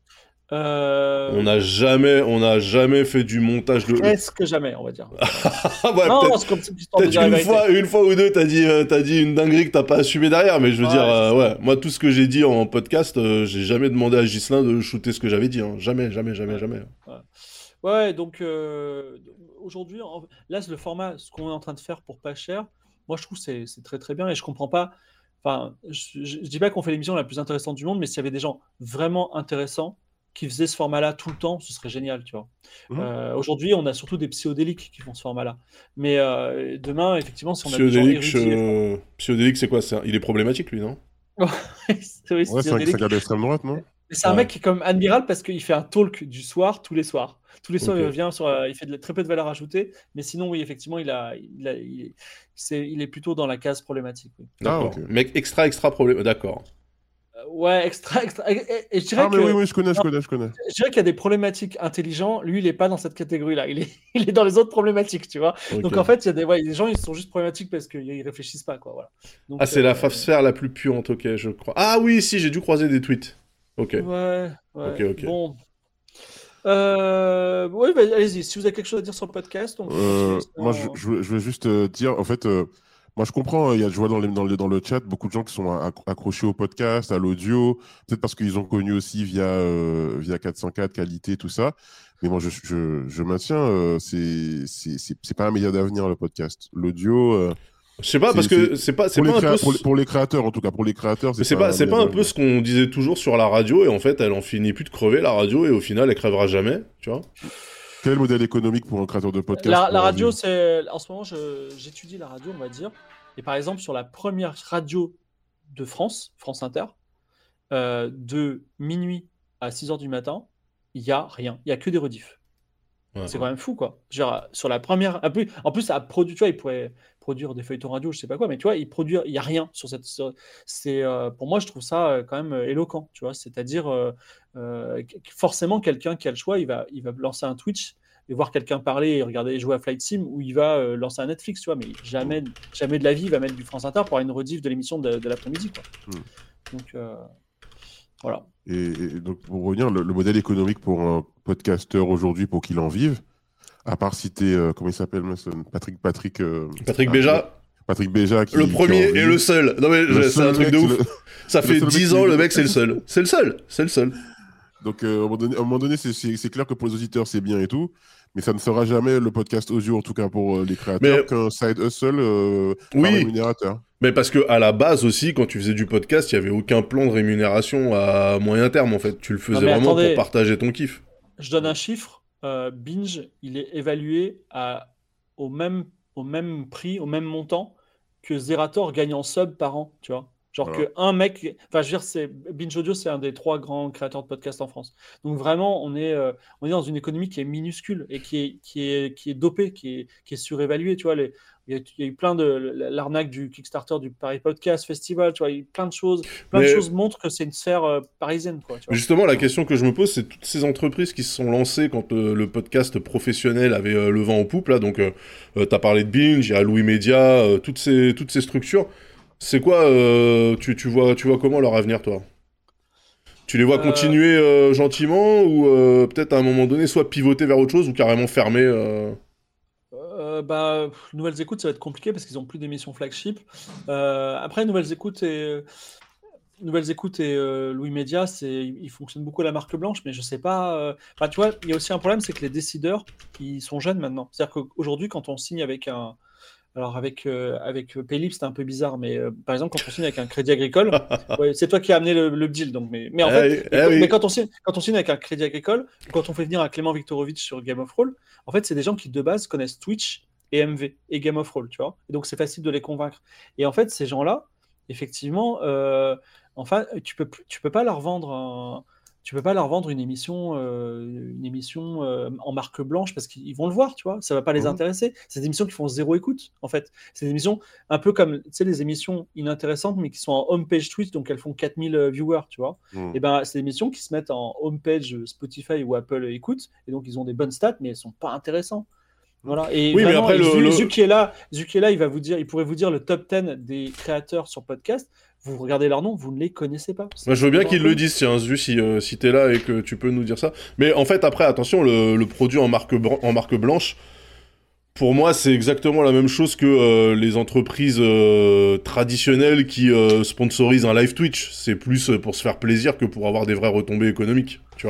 euh, On n'a jamais, on n'a jamais fait du montage de. presque jamais, on va dire. Ah ouais, non, peut-être. non, c'est comme cette histoire de Peut-être dire la une vérité. fois, une fois ou deux, t'as dit, euh, t'as dit une dinguerie que t'as pas assumé derrière, mais je veux Ouais, dire, c'est euh, ça. ouais, moi tout ce que j'ai dit en podcast, euh, j'ai jamais demandé à Ghislain de shooter ce que j'avais dit, hein. Jamais, jamais, jamais, Ouais. jamais. Ouais, donc euh, aujourd'hui, en- là, c'est le format, ce qu'on est en train de faire pour pas cher, moi je trouve que c'est c'est très très bien et je comprends pas. enfin, je, je, je dis pas qu'on fait l'émission la plus intéressante du monde, mais s'il y avait des gens vraiment intéressants qui faisaient ce format-là tout le temps, ce serait génial, tu vois. Mhm. Euh, aujourd'hui, on a surtout des psychodéliques qui font ce format-là. Mais euh, demain, effectivement, si on a des gens Psychodélique, érudits... euh... Psychodélique, c'est quoi ça? Il est problématique, lui, non? c'est oui, Ouais, c'est un, c'est un psychodélique. gars d'extrême droite, non? Mais c'est un Ouais. mec qui est comme admirable parce qu'il fait un talk du soir, tous les soirs. Tous les soirs, Ok. il revient sur, euh, il fait de la- très peu de valeur ajoutée, mais sinon, oui, effectivement, il a, il a- il est, c'est- il est plutôt dans la case problématique. Oui. Ah, D'accord. ok. Mec extra, extra problème. D'accord. Euh, ouais, extra, extra. Et, et- et je dirais Ah, mais que, oui, oui, je connais, je non, connais, je connais. je dirais qu'il y a des problématiques intelligents. Lui, il est pas dans cette catégorie-là. Il est, il est dans les autres problématiques, tu vois. Ok. Donc en fait, il y a des, ouais, des gens, ils sont juste problématiques parce qu'ils réfléchissent pas, quoi. Voilà. Donc, Ah, c'est la euh, sphère la plus puante, ok, je crois. Ah oui, si, j'ai dû croiser des tweets. Ok. Ouais, ouais. Ok, ok. Bon. Euh, ouais, bah, allez-y. Si vous avez quelque chose à dire sur le podcast, on peut Euh, continuer, moi, sinon- je, je, je vais juste euh, dire, en fait, euh, moi, je comprends, hein, il y a, je vois dans, les, dans, le, dans le chat beaucoup de gens qui sont acc- accrochés au podcast, à l'audio, peut-être parce qu'ils ont connu aussi via, euh, via quatre cent quatre, qualité, tout ça. Mais moi, je, je, je maintiens, euh, c'est, c'est, c'est, c'est pas un média d'avenir, le podcast. L'audio, euh, Je sais pas, c'est- parce que c'est pas, c'est pour, les pas un créa- peu. pour, les, pour les créateurs, en tout cas, pour les créateurs, Mais c'est c'est pas, pas, c'est média pas un peu d'avenir. ce qu'on disait toujours sur la radio, et en fait, elle en finit plus de crever, la radio, et au final, elle crèvera jamais, tu vois. Quel est le modèle économique pour un créateur de podcast La, pour la en radio, vivre c'est. En ce moment, je- j'étudie la radio, on va dire. Et par exemple, sur la première radio de France, France Inter, euh, de minuit à six heures du matin, il n'y a rien. Il n'y a que des rediffs. Ouais. C'est quand même fou, quoi. Genre, sur la première. En plus, en plus, ça a produit, tu vois, il pourrait produire des feuilletons radio, je sais pas quoi, mais tu vois, il produit, il n'y a rien sur cette. sur- C'est, euh, pour moi, je trouve ça euh, quand même euh, éloquent, tu vois. C'est-à-dire, euh, euh, que- forcément, quelqu'un qui a le choix, il va, il va lancer un Twitch et voir quelqu'un parler et regarder jouer à Flight Sim, ou il va euh, lancer un Netflix, tu vois, mais jamais, jamais de la vie, il va mettre du France Inter pour avoir une rediff de l'émission de, de l'après-midi, quoi. Hmm. Donc, euh, voilà. Et, et donc, pour revenir, le, le modèle économique pour un podcasteur aujourd'hui, pour qu'il en vive, à part citer, euh, comment il s'appelle, Mason Patrick, Patrick, euh, Patrick ah, Béja, Patrick Béja, qui, le qui premier en vit. et le seul. Non mais, Le je- c'est seul un truc mec, de ouf. le- Ça le fait seul mec dix qui- ans, le mec, c'est le seul. C'est le seul. C'est le seul. Donc, euh, à un moment donné, à un moment donné, c'est- c'est c'est clair que pour les auditeurs, c'est bien et tout, mais ça ne sera jamais le podcast audio, en tout cas pour euh, les créateurs, Mais- qu'un side hustle euh, Oui. par rémunérateur. Mais parce que à la base aussi, quand tu faisais du podcast, il y avait aucun plan de rémunération à moyen terme en fait. Tu le faisais Non, mais vraiment attendez. pour partager ton kiff. Je donne un chiffre. euh, Binge, il est évalué à, au, même, au même prix, au même montant que Zerator gagne en sub par an, tu vois. Genre Voilà. que un mec, enfin je veux dire, c'est Binge Audio, c'est un des trois grands créateurs de podcasts en France. Donc vraiment, on est, euh, on est dans une économie qui est minuscule et qui est, qui est, qui est dopée, qui est, qui est surévaluée. Tu vois, les, il y, a, il y a eu plein de l'arnaque du Kickstarter du Paris Podcast Festival. Tu vois, il y a eu plein de choses. Plein Mais- de choses montrent que c'est une sphère euh, parisienne, quoi. Tu vois. Justement, la question que je me pose, c'est toutes ces entreprises qui se sont lancées quand euh, le podcast professionnel avait euh, le vent en poupe, là, donc euh, euh, t'as parlé de Binge, il y a Louis Media, euh, toutes, ces, toutes ces structures, c'est quoi, euh, tu, tu, vois, tu vois comment leur avenir, toi? Tu les vois Euh, continuer euh, gentiment, ou euh, peut-être à un moment donné, soit pivoter vers autre chose, ou carrément fermer euh... Euh, bah, pff, Nouvelles Écoutes, ça va être compliqué parce qu'ils n'ont plus d'émissions flagship. Euh, après, Nouvelles Écoutes et, Nouvelles Écoutes et euh, Louis Média, c'est, ils fonctionnent beaucoup à la marque blanche, mais je sais pas. euh, Enfin, tu vois, il y a aussi un problème, c'est que les décideurs, ils sont jeunes maintenant. C'est-à-dire qu'aujourd'hui, quand on signe avec un. Alors, avec, euh, avec Paylib, c'était un peu bizarre, mais euh, par exemple, quand on signe avec un crédit agricole, ouais, c'est toi qui as amené le, le deal. Donc, mais, mais en Eh fait, oui, mais, eh oui. mais quand, on signe, quand on signe avec un crédit agricole, quand on fait venir un Clément Viktorovitch sur Game of Roll, en fait, c'est des gens qui de base connaissent Twitch et M V et Game of Roll, tu vois. Et donc, c'est facile de les convaincre. Et en fait, ces gens-là, effectivement, euh, enfin, tu peux, plus- tu peux pas leur vendre un- tu peux pas leur vendre une émission, euh, une émission euh, en marque blanche parce qu'ils vont le voir, tu vois. Ça va pas les Mhm. intéresser. C'est des émissions qui font zéro écoute, en fait. C'est des émissions un peu comme, tu sais, les émissions inintéressantes, mais qui sont en homepage Twitch, donc elles font quatre mille euh, viewers, tu vois. Mm. Et ben, c'est des émissions qui se mettent en homepage Spotify ou Apple écoute, et donc ils ont des bonnes stats, mais elles sont pas intéressantes. Voilà. Et Oui, mais vraiment, après, et le- Zu- le- Zu qui est là, Zu qui est là, il va vous dire, il pourrait vous dire le top dix des créateurs sur podcast. Vous regardez leur nom, vous ne les connaissez pas. Moi, je veux bien C'est qu'ils pas le un disent, tiens, Zu, si, euh, si t'es là et que tu peux nous dire ça. Mais en fait, après, attention, le, le produit en marque, bran- en marque blanche, pour moi, c'est exactement la même chose que euh, les entreprises euh, traditionnelles qui euh, sponsorisent un live Twitch. C'est plus euh, pour se faire plaisir que pour avoir des vraies retombées économiques, tu vois.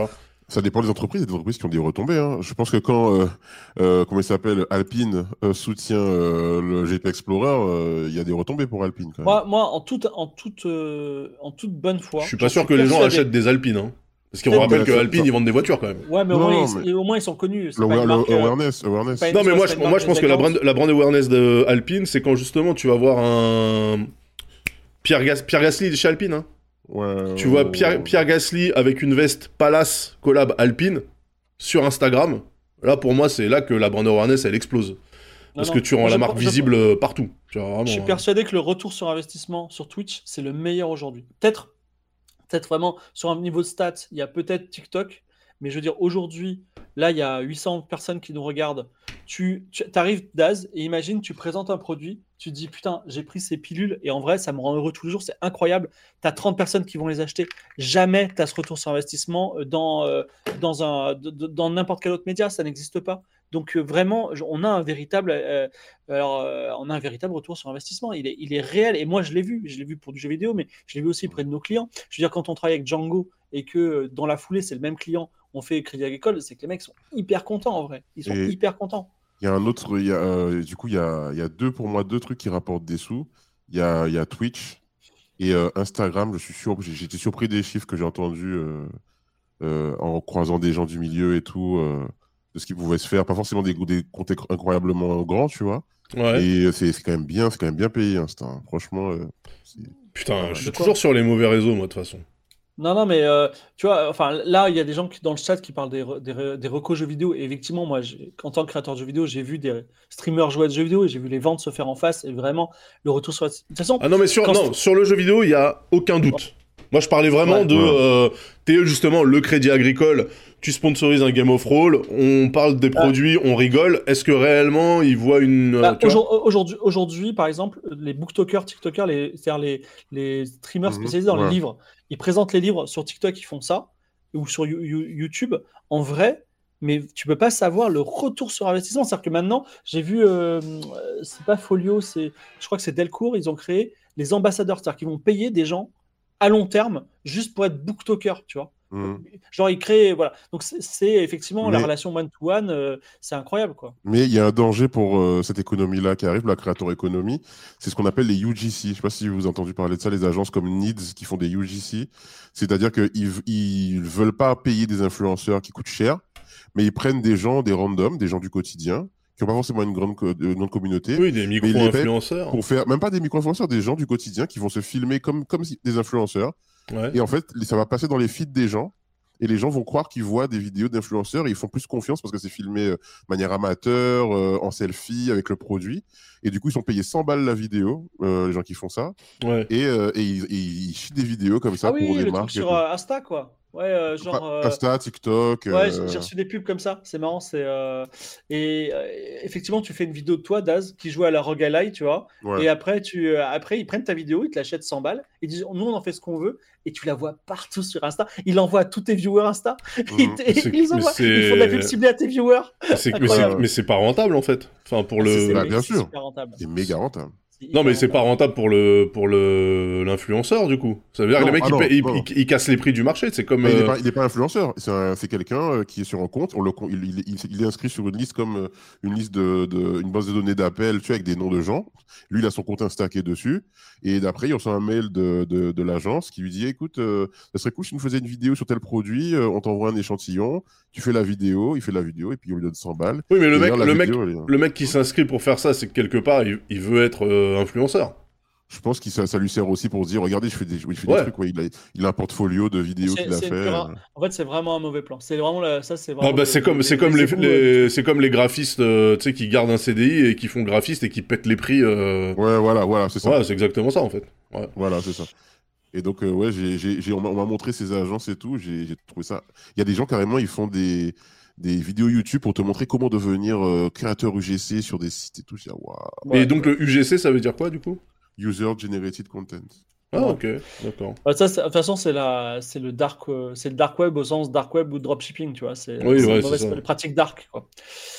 Ça dépend des entreprises, il y a des entreprises qui ont des retombées. Hein. Je pense que quand, euh, euh, comment il s'appelle, Alpine euh, soutient euh, le G P Explorer, euh, il y a des retombées pour Alpine quand même. Moi, moi en, toute, en, toute, euh, en toute bonne foi, Je suis pas j'en sûr suis que les gens persuadé. achètent des Alpines, hein. Parce qu'on Non, rappelle mais que ça- Alpine, ça- ils vendent des voitures quand même. Ouais, mais, au, Non, moins, non, ils, mais- au moins ils sont connus. C'est Le, pas une le- marque, euh, awareness, awareness. pas une- Non, mais soit moi, c'est je, pas une moi, je marque pense que la résidence. brand, la brand awareness de Alpine, c'est quand justement tu vas voir un. Pierre, Gas- Pierre Gasly chez Alpine, hein. Ouais, Tu vois ouais, Pierre, ouais. Pierre Gasly avec une veste Palace collab Alpine sur Instagram. Là, pour moi, c'est là que la brand awareness, elle explose. Non, Parce non. que tu rends Moi, la je- marque je- visible euh, partout. Tu vois, vraiment, Je suis hein. persuadé que le retour sur investissement sur Twitch, c'est le meilleur aujourd'hui. Peut-être, peut-être vraiment sur un niveau de stats, il y a peut-être TikTok, mais je veux dire, aujourd'hui, là, il y a huit cents personnes qui nous regardent. Tu, tu arrives, Daz, et imagine, tu présentes un produit, tu te dis, putain, j'ai pris ces pilules, et en vrai, ça me rend heureux tous les jours, c'est incroyable. Tu as trente personnes qui vont les acheter. Jamais tu as ce retour sur investissement dans, euh, dans, un, de- de- dans n'importe quel autre média, ça n'existe pas. Donc euh, vraiment, je- on a un véritable, euh, alors, euh, on a un véritable retour sur investissement. Il est, il est réel. Et moi, je l'ai vu. Je l'ai vu pour du jeu vidéo, mais je l'ai vu aussi près de nos clients. Je veux dire, quand on travaille avec Django et que euh, dans la foulée, c'est le même client, on fait Crédit Agricole, c'est que les mecs sont hyper contents en vrai. Ils sont Et- hyper contents. Il y a un autre, il y a, euh, du coup, il y a, il y a deux, pour moi, deux trucs qui rapportent des sous. Il y a, il y a Twitch et euh, Instagram. Je suis sûr, j'ai- j'étais surpris des chiffres que j'ai entendus euh, euh, en croisant des gens du milieu et tout, euh, de ce qui pouvait se faire. Pas forcément des, des comptes écr- incroyablement grands, tu vois. Ouais. Et euh, c'est c'est quand même bien, c'est quand même bien payé, Insta. hein. Franchement, euh, c'est- Putain, De je suis quoi toujours sur les mauvais réseaux, moi, de toute façon. Non, non, mais euh, tu vois, enfin là, il y a des gens qui, dans le chat qui parlent des, re- des, re- des recos jeux vidéo. Et effectivement, moi, j'ai- en tant que créateur de jeux vidéo, j'ai vu des streamers jouer à des jeux vidéo et j'ai vu les ventes se faire en face. Et vraiment, le retour sur. De toute façon, Ah non, mais sur, Quand non, sur le jeu vidéo, il y a aucun doute. Moi, je parlais vraiment Ouais. de... Ouais. Euh, t'es justement le Crédit Agricole, tu sponsorises un Game of Roll, on parle des Ah. produits, on rigole. Est-ce que réellement, ils voient une... euh, bah, tu vois aujourd- aujourd'hui, aujourd'hui, par exemple, les booktokers, TikTokers, les, c'est-à-dire les, les streamers Mhm, spécialisés dans ouais. les livres, ils présentent les livres sur TikTok, ils font ça, ou sur You- You- YouTube, en vrai, mais tu peux pas savoir le retour sur investissement. C'est-à-dire que maintenant, j'ai vu, euh, euh, c'est pas Folio, c'est, je crois que c'est Delcourt, ils ont créé les ambassadeurs, c'est-à-dire qu'ils vont payer des gens à long terme juste pour être booktoker, tu vois. Mhm. Genre, ils créent, voilà. Donc, c'est, c'est effectivement la Mais- relation one-to-one, euh, c'est incroyable, quoi. Mais il y a un danger pour euh, cette économie-là qui arrive, la creator economy. C'est ce qu'on appelle les U G C. Je ne sais pas si vous avez entendu parler de ça, les agences comme Needs qui font des U G C. C'est-à-dire qu'ils ne veulent pas payer des influenceurs qui coûtent cher, mais ils prennent des gens, des randoms, des gens du quotidien, qui n'ont pas forcément une grande, co- une grande communauté, Oui, des il les paye micro-influenceurs. pour faire, même pas des micro-influenceurs, des gens du quotidien qui vont se filmer comme, comme si- des influenceurs. Ouais. Et en fait, ça va passer dans les feeds des gens. Et les gens vont croire qu'ils voient des vidéos d'influenceurs et ils font plus confiance parce que c'est filmé euh, de manière amateur, euh, en selfie, avec le produit. Et du coup, ils sont payés cent balles la vidéo, euh, les gens qui font ça. Ouais. Et, euh, et ils, ils, ils chutent des vidéos comme ça Ah oui, pour des le truc marques. et sur tout. euh, Insta, quoi. Ouais, euh, genre. euh, Insta, TikTok. Ouais, euh, j'ai j'ai reçu des pubs comme ça, c'est marrant. C'est euh, et euh, effectivement, tu fais une vidéo de toi, Daz, qui joue à la Rogue Ally, tu vois. ouais. Et après, tu, euh, après, ils prennent ta vidéo, ils te l'achètent cent balles. Ils disent, nous, on en fait ce qu'on veut. Et tu la vois partout sur Insta. Ils l'envoient à tous tes viewers Insta. Ils, Mhm. te- Mais c'est- ils, envoient- mais ils font de la pub c'est- ciblée à tes viewers. C'est- mais c'est- Incroyable. mais c'est pas rentable, en fait. Enfin, pour le... C'est- Bah, c'est- bien c'est sûr. super rentable. C'est méga rentable. C'est Non, mais hyper c'est pas rentable. rentable pour le pour le l'influenceur, du coup. Ça veut dire que Non, les mecs, ah ils, non, paient- ils, non. ils- ils cassent les prix du marché. C'est comme... Mais il n'est euh, pas, il est pas influenceur, c'est un- c'est quelqu'un euh, qui est sur un compte, on le, con- il, il- il- il est inscrit sur une liste comme euh, une liste de, de- une base de données d'appels, tu vois, avec des noms de gens. Lui, il a son compte Insta qui est dessus, et d'après, il reçoit un mail de, de, de l'agence qui lui dit, écoute, euh, ça serait cool si tu nous faisais une vidéo sur tel produit, euh, on t'envoie un échantillon, tu fais la vidéo, il fait la vidéo, et puis on lui donne cent balles. Oui, mais le Et mec, d'ailleurs, la le, mec, vidéo, elle est- le mec qui s'inscrit pour faire ça, c'est que quelque part, il, il veut être euh, influenceur. Je pense que ça, ça lui sert aussi pour se dire, regardez, je fais des, il fait Ouais. des trucs, ouais, il, a, il a un portfolio de vidéos C'est- qu'il a c'est fait. pure- euh. En fait, c'est vraiment un mauvais plan. C'est vraiment la- ça, c'est Ah vraiment. bah, le- c'est comme, le- c'est comme les, égouts, les- euh, c'est comme les graphistes, euh, tu sais, qui gardent un C D I et qui font graphiste et qui pètent les prix. euh, Ouais, voilà, voilà, c'est ça. Ouais, c'est exactement ça, en fait. Ouais. Voilà, c'est ça. Et donc, euh, ouais, j'ai, j'ai, j'ai- on m'a on m'a montré ces agences et tout. J'ai, j'ai trouvé ça. Il y a des gens carrément, ils font des, des vidéos YouTube pour te montrer comment devenir euh, créateur U G C sur des sites et tout. Je dis, waouh. ouais. Et donc, le U G C, ça veut dire quoi, du coup? User Generated Content. Ah, Ouais. ok, d'accord. Ouais, ça, c'est- de toute façon, c'est la, c'est le dark, euh, c'est le dark web au sens dark web ou dropshipping, tu vois. C'est Oui, c'est ouais, une c'est mauvaise- ça. les pratiques dark, quoi.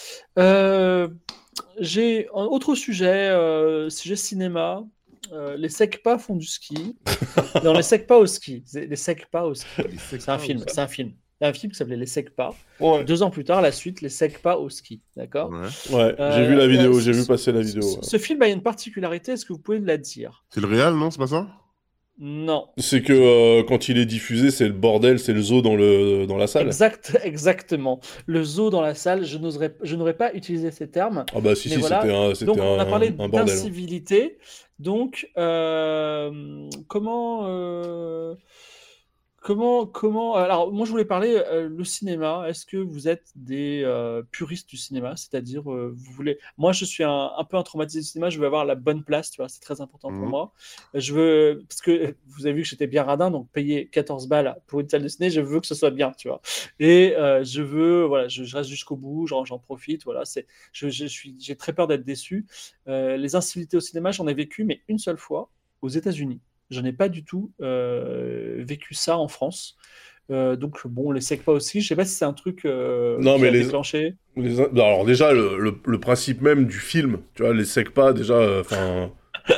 Euh, j'ai un autre sujet, euh, sujet cinéma. Euh, les Secpa font du ski. Non, les Secpa au ski. C'est- Les Secpa au ski. C'est un film. C'est un film. Il y a un film qui s'appelait Les Secpas. Ouais, Deux ans plus tard, la suite, Les Secpas au ski. D'accord. Ouais. ouais, Euh, j'ai vu la vidéo, euh, j'ai ce- vu passer la vidéo. Ce, ouais. ce film a une particularité, est-ce que vous pouvez me la dire? C'est le réel, non? C'est pas ça? Non. C'est que euh, quand il est diffusé, c'est le bordel, c'est le zoo dans, le, dans la salle. Exact, exactement. Le zoo dans la salle, je n'oserais, je n'aurais pas utilisé ces termes. Ah bah si, Mais si, voilà. c'était un, c'était Donc, on a un, parlé un bordel. hein. d'incivilité. Donc, euh, comment, euh, comment, comment. Alors, moi, je voulais parler euh, le cinéma. Est-ce que vous êtes des euh, puristes du cinéma? C'est-à-dire, euh, vous voulez. Moi, je suis un, un peu un traumatisé du cinéma. Je veux avoir la bonne place. Tu vois, c'est très important pour Mhm. moi. Je veux parce que vous avez vu que j'étais bien radin, donc payer quatorze balles pour une salle de ciné, je veux que ce soit bien, tu vois. Et euh, je veux, voilà, je, je reste jusqu'au bout. J'en, j'en profite. Voilà, c'est. Je, je suis. J'ai très peur d'être déçu. Euh, les incivilités au cinéma, j'en ai vécu, mais une seule fois aux États-Unis. J'en ai pas du tout euh, vécu ça en France. Euh, donc bon, les SECPA aussi. Je sais pas si c'est un truc euh, Non, qui mais a les- déclenché. Les in- Alors déjà, le, le, le principe même du film, tu vois, les secpas, déjà, enfin...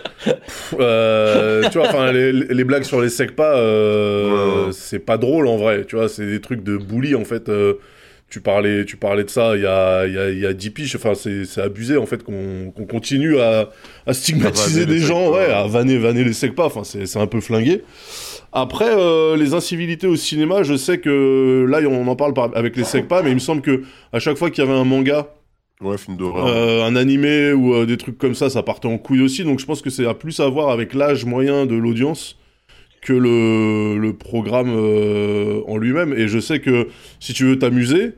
tu vois, enfin, les, les blagues sur les secpas, euh, Ouais, ouais. c'est pas drôle en vrai, tu vois, c'est des trucs de bully, en fait. euh, tu, parlais, tu parlais de ça il y a, il y a, il y a dix piges, enfin, c'est c'est abusé, en fait, qu'on qu'on continue à, à stigmatiser À vanner des les gens, secpas, ouais, ouais. à vanner, vanner les secpas, enfin, c'est c'est un peu flingué. Après, euh, les incivilités au cinéma, je sais que là, on en parle par- avec les secpas, mais il me semble que à chaque fois qu'il y avait un manga, Ouais, film d'horreur. euh, un animé ou euh, des trucs comme ça, ça partait en couille aussi. Donc je pense que c'est à plus à voir avec l'âge moyen de l'audience que le, le programme euh, en lui-même. Et je sais que si tu veux t'amuser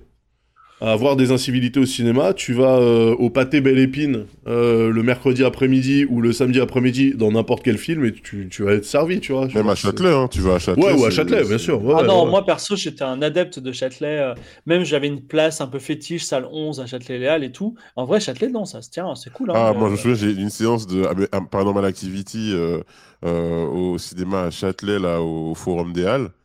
à avoir des incivilités au cinéma, tu vas euh, au Pâté Belle Épine euh, le mercredi après-midi ou le samedi après-midi dans n'importe quel film et tu, tu vas être servi, tu vois. Je Même veux à dire, c'est- Châtelet, hein. Tu vas à Châtelet. Ouais, ou à c'est- Châtelet, bien c'est- sûr. Ouais, Ah non, ouais. moi perso, j'étais un adepte de Châtelet. euh, même j'avais une place un peu fétiche, salle onze à Châtelet-Léal et tout. En vrai, Châtelet, non, ça se tient, c'est cool. Hein, Ah, euh, moi je me souviens, j'ai une séance de ah, mais, ah, Paranormal Activity euh, euh, au cinéma à Châtelet, là, au Forum des Halles.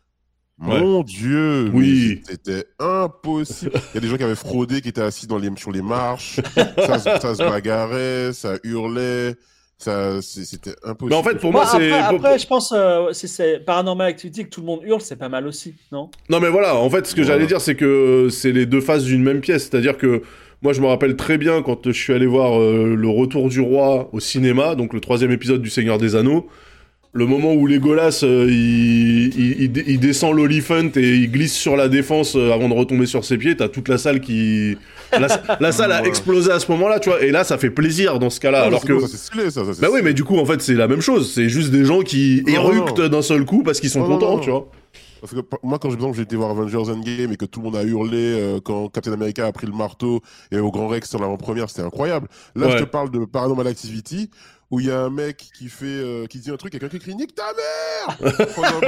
Mon Dieu, Oui. mais c'était impossible. Il y a des gens qui avaient fraudé, qui étaient assis dans les, sur les marches, ça, se- ça se bagarrait, ça hurlait, ça, c'est- c'était impossible. Mais en fait, pour Moi, moi, c'est... après, pour- après, je pense, euh, si c'est Paranormal Activity que tout le monde hurle, c'est pas mal aussi, non? Non mais voilà, en fait ce que Voilà. j'allais dire c'est que c'est les deux faces d'une même pièce, c'est-à-dire que moi je me rappelle très bien quand je suis allé voir euh, le Retour du Roi au cinéma, donc le troisième épisode du Seigneur des Anneaux, le moment où Legolas euh, il, il, il, il descend l'Oliphant et il glisse sur la défense euh, avant de retomber sur ses pieds, t'as toute la salle qui... La, la salle a Ouais. explosé à ce moment-là, tu vois, et là ça fait plaisir dans ce cas-là, Ah, alors c'est que... bon, ça c'est stylé, ça. ça c'est Bah oui, stylé. mais du coup en fait c'est la même chose, c'est juste des gens qui Non, éructent non. d'un seul coup parce qu'ils sont Non, non, contents, non. tu vois. Parce que par- moi, quand par exemple, j'ai été voir Avengers Endgame et que tout le monde a hurlé euh, quand Captain America a pris le marteau et au Grand Rex sur l'avant-première, c'était incroyable. Là, Ouais. je te parle de Paranormal Activity où il y a un mec qui fait, euh, qui dit un truc et quelqu'un qui crie nique ta mère pendant,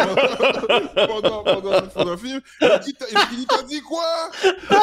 pendant, pendant, pendant un film. Il dit, t'as- il dit t'as dit quoi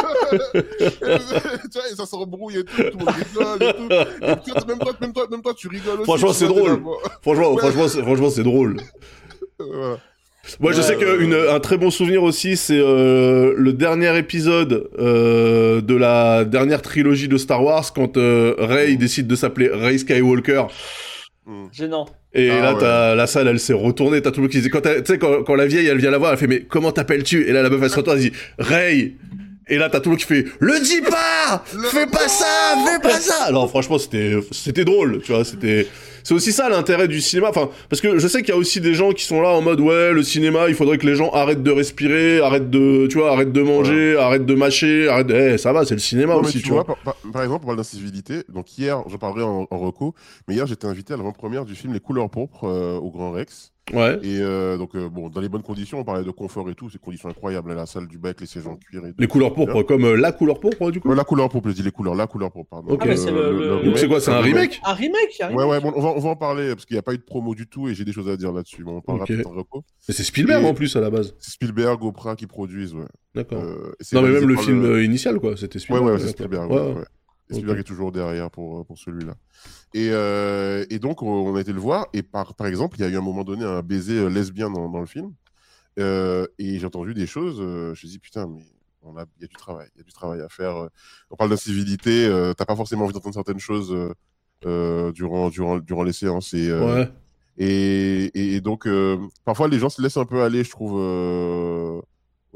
Tu vois, et ça se rebrouille et tout, tout le monde rigole et tout. Et toi, même toi, même toi, même toi, tu rigoles aussi. Franchement, tu c'est vois, t'es drôle. là, bon. Franchement, Ouais. franchement, c'est, franchement, c'est drôle. Voilà. Moi, je Ouais, sais ouais, qu'un très bon souvenir aussi, c'est euh, le dernier épisode euh, de la dernière trilogie de Star Wars, quand euh, Rey décide de s'appeler Rey Skywalker. Mm. Gênant. Et Ah là, ouais. t'as, la salle, elle s'est retournée. T'as tout le monde qui disait, quand, t'as- tu sais, quand, quand la vieille, elle vient la voir, elle fait, mais comment t'appelles-tu? Et là, la meuf, elle se retourne, elle dit, Rey. Et là, t'as tout le monde qui fait, le dis pas! Le- Fais pas ça! Fais pas ça! Alors, franchement, c'était, c'était drôle, tu vois, c'était, c'est aussi ça l'intérêt du cinéma. Enfin, parce que je sais qu'il y a aussi des gens qui sont là en mode, ouais, le cinéma, il faudrait que les gens arrêtent de respirer, arrêtent de, tu vois, arrêtent de manger, arrêtent de mâcher, arrêtent de, eh, ça va, c'est le cinéma Non, mais aussi, tu tu vois. vois, par, par- par exemple, on parle d'incivilité. Donc hier, j'en parlerai en, en reco, mais hier j'étais invité à l'avant-première du film Les Couleurs Pourpres euh, au Grand Rex. Ouais. Et euh, donc, euh, bon, dans les bonnes conditions, on parlait de confort et tout, c'est conditions incroyables. La salle du bac, les sièges en cuir et tout. Les couleurs pourpres, comme euh, la couleur pourpre, du coup. Ouais, la couleur pourpre, je dis les couleurs, la couleur pourpre, pardon. Ok. Ah, mais c'est le- le- Donc c'est quoi, c'est un remake? Un remake, un Ouais, remake. ouais, bon, on, va, on va en parler parce qu'il n'y a pas eu de promo du tout et j'ai des choses à dire là-dessus. Bon, on parlera Ok. peut-être en reco. Mais c'est Spielberg Et- en plus à la base. C'est Spielberg, Oprah qui produisent, ouais. D'accord. Euh, et c'est Non, mais réalisé même le par film euh, initial, quoi. C'était Ouais, Spielberg. ouais, c'est d'accord. Spielberg. Ouais, Ouais, ouais. ouais. Et Spielberg Ok. est toujours derrière pour, pour celui-là. Et, euh, et donc, on a été le voir. Et par, par exemple, il y a eu à un moment donné un baiser euh, lesbien dans, dans le film. Euh, et j'ai entendu des choses. Euh, je me suis dit, putain, mais on a- il y a du travail. Il y a du travail à faire. euh. On parle d'incivilité. Euh, T'as pas forcément envie d'entendre certaines choses euh, euh, durant, durant, durant les séances. Et, euh, Ouais. et, et, et donc, euh, parfois, les gens se laissent un peu aller, je trouve, euh,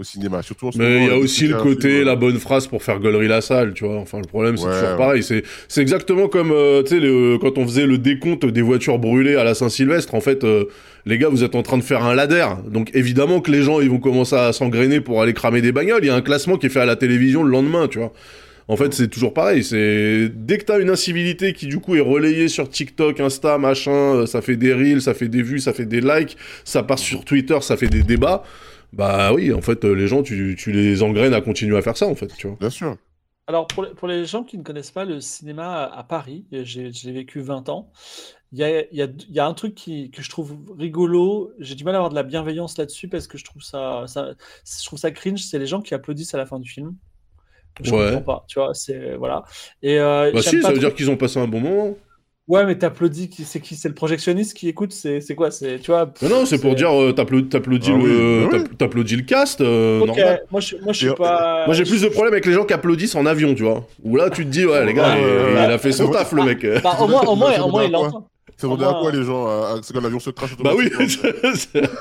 au cinéma. Surtout en ce Mais moment, il y a on aussi le un côté, film, la bonne phrase pour faire gaulerie la salle, tu vois. Enfin, le problème, c'est Ouais, toujours ouais. pareil. C'est, c'est exactement comme, euh, tu sais, le- quand on faisait le décompte des voitures brûlées à la Saint-Sylvestre. En fait, euh, les gars, vous êtes en train de faire un ladder. Donc, évidemment que les gens, ils vont commencer à s'engrainer pour aller cramer des bagnoles. Il y a un classement qui est fait à la télévision le lendemain, tu vois. En fait, c'est toujours pareil. C'est dès que t'as une incivilité qui du coup est relayée sur TikTok, Insta, machin, euh, ça fait des reels, ça fait des vues, ça fait des likes, ça passe sur Twitter, ça fait des débats. Bah oui, en fait, euh, les gens, tu, tu les engraines à continuer à faire ça, en fait, tu vois. Bien sûr. Alors, pour les, pour les gens qui ne connaissent pas le cinéma à, à Paris, et j'ai j'ai vécu vingt ans, il y a, il y a, il y a un truc qui, que je trouve rigolo. J'ai du mal à avoir de la bienveillance là-dessus parce que je trouve ça, ça, je trouve ça cringe. C'est les gens qui applaudissent à la fin du film. Je Ouais. comprends pas, tu vois, c'est voilà. Et euh, Bah j'aime si, pas ça veut trop- dire qu'ils ont passé un bon moment. Ouais, mais t'applaudis, qui c'est qui? C'est le projectionniste qui écoute? C'est c'est quoi? C'est, tu vois, Mais non, c'est pour dire, euh, t'applau- t'applaudis Ah oui, le, bah oui. t'app- t'applaudis le cast, euh, Ok, normal. moi je, moi je suis Et- pas. Moi, j'ai plus de problèmes avec les gens qui applaudissent en avion, tu vois. Où là, tu te dis, ouais, les gars, Ah, il, ouais, ouais, il ouais. a fait son taf, le mec. Bah, au moins, au moins, Ça au moins, ressemble il à quoi l'entend. Ça demandait à quoi les gens à- à- C'est quand l'avion se crache Bah oui. automatiquement.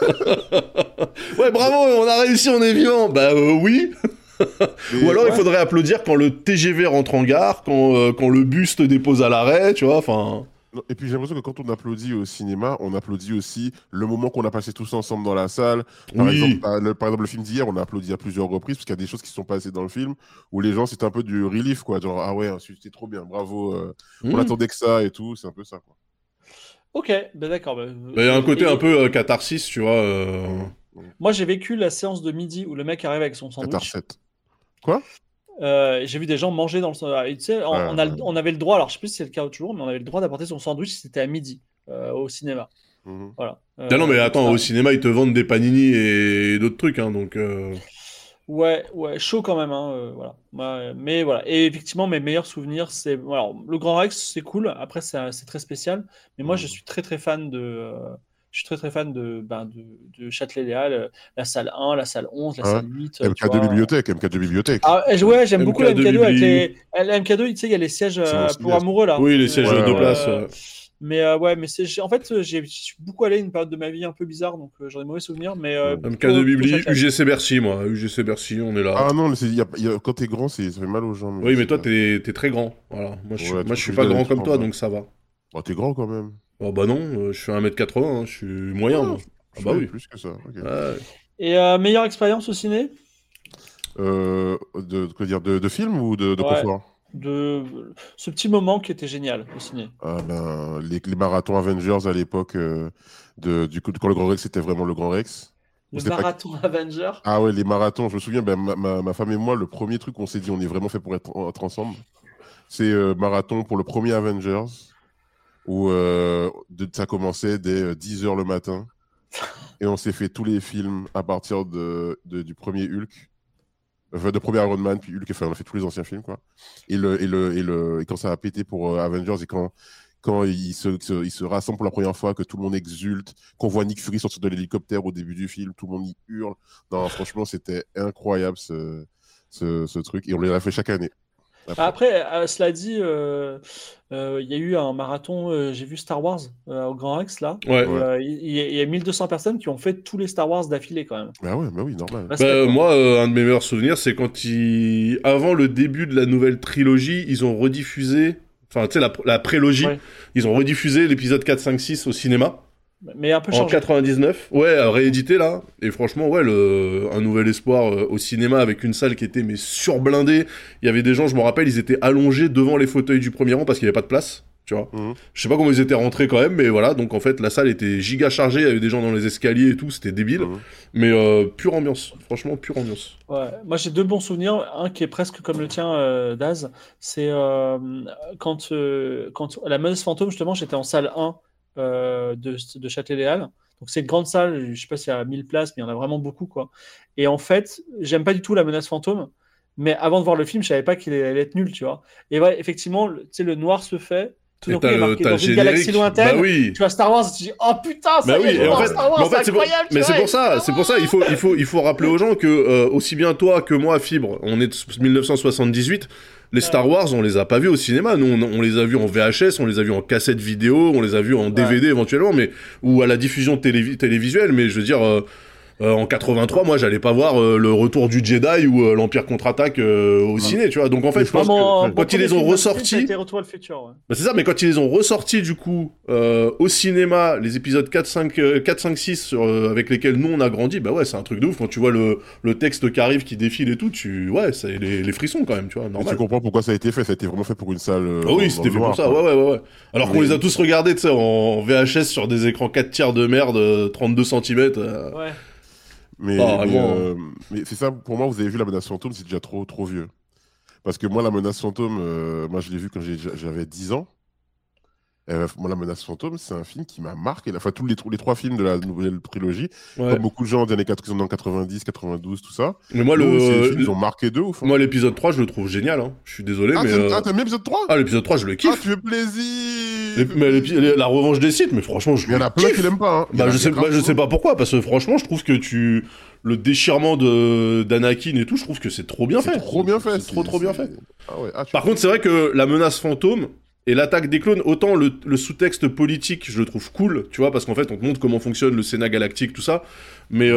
Ouais, bravo, on a réussi, on est vivant. Bah euh, oui. Mais- Ou alors, il ouais. faudrait applaudir quand le T G V rentre en gare, quand, euh, quand le bus te dépose à l'arrêt, tu vois, enfin... Non, et puis j'ai l'impression que quand on applaudit au cinéma, on applaudit aussi le moment qu'on a passé tous ensemble dans la salle. Par, Oui. exemple, par, le, par exemple, le film d'hier, on a applaudi à plusieurs reprises parce qu'il y a des choses qui se sont passées dans le film où les gens, c'était un peu du relief, quoi. Genre, ah ouais, c'était trop bien, bravo. euh, On Mmh. attendait que ça et tout, c'est un peu ça, quoi. Ok, ben d'accord. bah, Il y a un côté et- un peu euh, catharsis, tu vois. euh, Moi, j'ai vécu la séance de midi où le mec arrive avec son Qatar sandwich. sept. Quoi Euh, j'ai vu des gens manger dans le sandwich. Tu sais, on, Ouais, on a le- ouais. on avait le droit, alors je sais plus si c'est le cas toujours, mais on avait le droit d'apporter son sandwich si c'était à midi euh, au cinéma. Mhm. Voilà. Ah non, mais Euh, attends, ça- au cinéma, ils te vendent des panini et d'autres trucs, hein, donc... euh, Ouais, ouais, chaud quand même, hein, euh, voilà. Ouais, mais voilà. Et effectivement, mes meilleurs souvenirs, c'est. Alors, le Grand Rex, c'est cool. Après, c'est c'est très spécial. Mais moi, je Mhm. suis très, très fan de. euh, Je suis très, très fan de, ben, de, de Châtelet-Léal, euh, la salle un, la salle onze, la Ouais. salle huit. euh, tu M K deux vois. bibliothèque, M K deux bibliothèque. Ah, et je- ouais, j'aime beaucoup la M K deux M K deux avec Bibli. les. La M K deux, tu sais, il y a les sièges euh, C'est mon pour cinéaste. amoureux là. Oui, les sièges Ouais, de ouais. place. Euh, ouais. Mais euh, ouais, mais c'est. j'ai- En fait, j'ai- je suis beaucoup allé à une période de ma vie un peu bizarre, donc euh, j'en ai mauvais souvenirs. Mais. euh, Mm. M K plutôt- deux plutôt Bibli, Châtelet. U G C Bercy, moi. U G C Bercy, on est là. Ah non, mais c'est- il y a- il y a- quand t'es grand, c'est- ça fait mal aux jambes. oui, mais toi, t'es t'es très grand. Voilà. Moi, je suis, Ouais, moi, tu je suis peux pas plus grand d'aller comme te toi, prendre, donc ça va. Oh, t'es grand quand même. Oh bah non, euh, je fais un mètre quatre-vingts, hein, je suis moyen, moi. Ah Je bah fais oui. Plus que ça. ok. Ouais. Et euh, meilleure expérience au ciné? Euh, de, quoi dire, de, de film ou de, de Ouais. confort De ce petit moment qui était génial au ciné. Ah ben, les, les marathons Avengers à l'époque, euh, de, du coup, quand le Grand Rex c'était vraiment le Grand Rex. Le C'était pas- marathon Avenger. Ah ouais, les marathons, je me souviens, ben, ma, ma, ma femme et moi, le premier truc qu'on s'est dit, on est vraiment fait pour être, être ensemble, c'est euh, marathon pour le premier Avengers, où euh, de- ça commençait dès euh, dix heures le matin, et on s'est fait tous les films à partir de, de- du premier Hulk, enfin, de premier Iron Man, puis Hulk, enfin, on a fait tous les anciens films, quoi. Et, le, et, le, et, le, et quand ça a pété pour euh, Avengers, et quand, quand ils se, se, ils se rassemblent pour la première fois, que tout le monde exulte, qu'on voit Nick Fury sortir de l'hélicoptère au début du film, tout le monde y hurle. Non, franchement, c'était incroyable ce, ce, ce truc, et on l'a fait chaque année. Après. Après, euh, cela dit, euh, euh, il y a eu un marathon, euh, j'ai vu Star Wars euh, au Grand Rex là. Ouais. Et, euh, Il y, a- il y a mille deux cents personnes qui ont fait tous les Star Wars d'affilée quand même. Bah ouais, bah oui, normal. Respect, Bah, quoi. moi, euh, un de mes meilleurs souvenirs, c'est quand ils... Avant le début de la nouvelle trilogie, ils ont rediffusé... Enfin, tu sais, la, la prélogie, Ouais. ils ont rediffusé l'épisode quatre, cinq, six au cinéma. Mais un peu En changé. quatre-vingt-dix-neuf, ouais, euh, réédité là. Et franchement, ouais, le... un nouvel espoir euh, au cinéma avec une salle qui était mais surblindée. Il y avait des gens, je me rappelle, ils étaient allongés devant les fauteuils du premier rang parce qu'il n'y avait pas de place, tu vois. Mhm. Je sais pas comment ils étaient rentrés quand même, mais voilà. Donc en fait, la salle était giga chargée, il y avait des gens dans les escaliers et tout, c'était débile. Mhm. Mais euh, pure ambiance, franchement, pure ambiance. Ouais. Moi, j'ai deux bons souvenirs. Un qui est presque comme le tien, euh, Daz. C'est euh, quand, euh, quand la menace fantôme, justement, j'étais en salle un euh, de, de Châtelet-Léal. Donc, c'est une grande salle. Je sais pas s'il y a mille places, mais il y en a vraiment beaucoup, quoi. Et en fait, j'aime pas du tout la menace fantôme. Mais avant de voir le film, je savais pas qu'il allait être nul, tu vois. Et ouais, effectivement, le- tu sais, le noir se fait. Tout Et d'un coup, il t'as est le, marqué t'as dans le une galaxie générique. lointaine. Bah oui. Tu vois Star Wars, tu dis oh putain, ça Bah y est, oui, je et en vois fait, Star Wars, mais en fait, c'est c'est pour, incroyable. mais tu c'est vois, pour ça, et- c'est pour ça, il faut, il faut, il faut rappeler aux gens que euh, aussi bien toi que moi, Fibre, on est de mille neuf cent soixante-dix-huit. Les Star Wars, on les a pas vus au cinéma. Nous, on, on les a vus en V H S, on les a vus en cassette vidéo, on les a vus en D V D éventuellement, mais ou à la diffusion télévi- télévisuelle. Mais je veux dire, euh, Euh, en quatre-vingt-trois, moi, j'allais pas voir euh, le retour du Jedi ou euh, l'Empire contre-attaque euh, au ciné, tu vois. Donc en fait, je pense Vraiment, que mon quand ils les premier ont film ressortis, ça a été Retour à le futur. Ouais. bah c'est ça, mais quand ils les ont ressortis du coup euh, au cinéma, les épisodes quatre, cinq, euh, quatre, cinq, six sur, euh, avec lesquels nous on a grandi, bah ouais, c'est un truc de ouf. Quand tu vois le, le texte qui arrive, qui défile et tout, tu ouais, c'est les, les frissons quand même, tu vois, Et normal. tu comprends pourquoi ça a été fait. Ça a été vraiment fait pour une salle. euh, Ah dans- oui, dans c'était le fait noir, pour ça, quoi. ouais, ouais, ouais, ouais. Alors qu'on Mais- les a tous regardés, tu sais, en V H S sur des écrans quatre tiers de merde, euh, trente-deux centimètres. Euh... Ouais. Mais, Ah, mais, vraiment. euh, mais c'est ça, pour moi, vous avez vu La Menace Fantôme, c'est déjà trop, trop vieux. Parce que moi, La Menace Fantôme, euh, moi, je l'ai vu quand j'ai- j'avais dix ans. Euh, moi, La Menace Fantôme, c'est un film qui m'a marqué. Enfin, tous les, tous les trois films de la nouvelle trilogie, Ouais. comme beaucoup de gens des années quatre-vingt-dix, quatre-vingt-douze, tout ça. Mais moi, Nous, ces le, films, ils ont marqué de ouf. hein. moi, l'épisode trois, je le trouve génial, hein. Je suis désolé, Ah, mais. t'aimes euh, ah, t'aimes bien l'épisode trois Ah, l'épisode trois, je le Ah, kiffe. tu fais plaisir Les- mais l'épi- la revanche des Sith, mais franchement, je Il y en le a plein kiffe. qui l'aiment pas. Hein. Il y en Bah a je sais, grave bah, je beaucoup. sais pas pourquoi, parce que franchement, je trouve que tu le déchirement de d'Anakin et tout, je trouve que c'est trop bien C'est fait. trop bien fait. C'est trop trop bien c'est- fait. Ah ouais, ah, tu Par peux- contre, c'est vrai que la menace fantôme et l'attaque des clones, autant le, le sous-texte politique, je le trouve cool, tu vois, parce qu'en fait, on te montre comment fonctionne le Sénat galactique, tout ça. Mais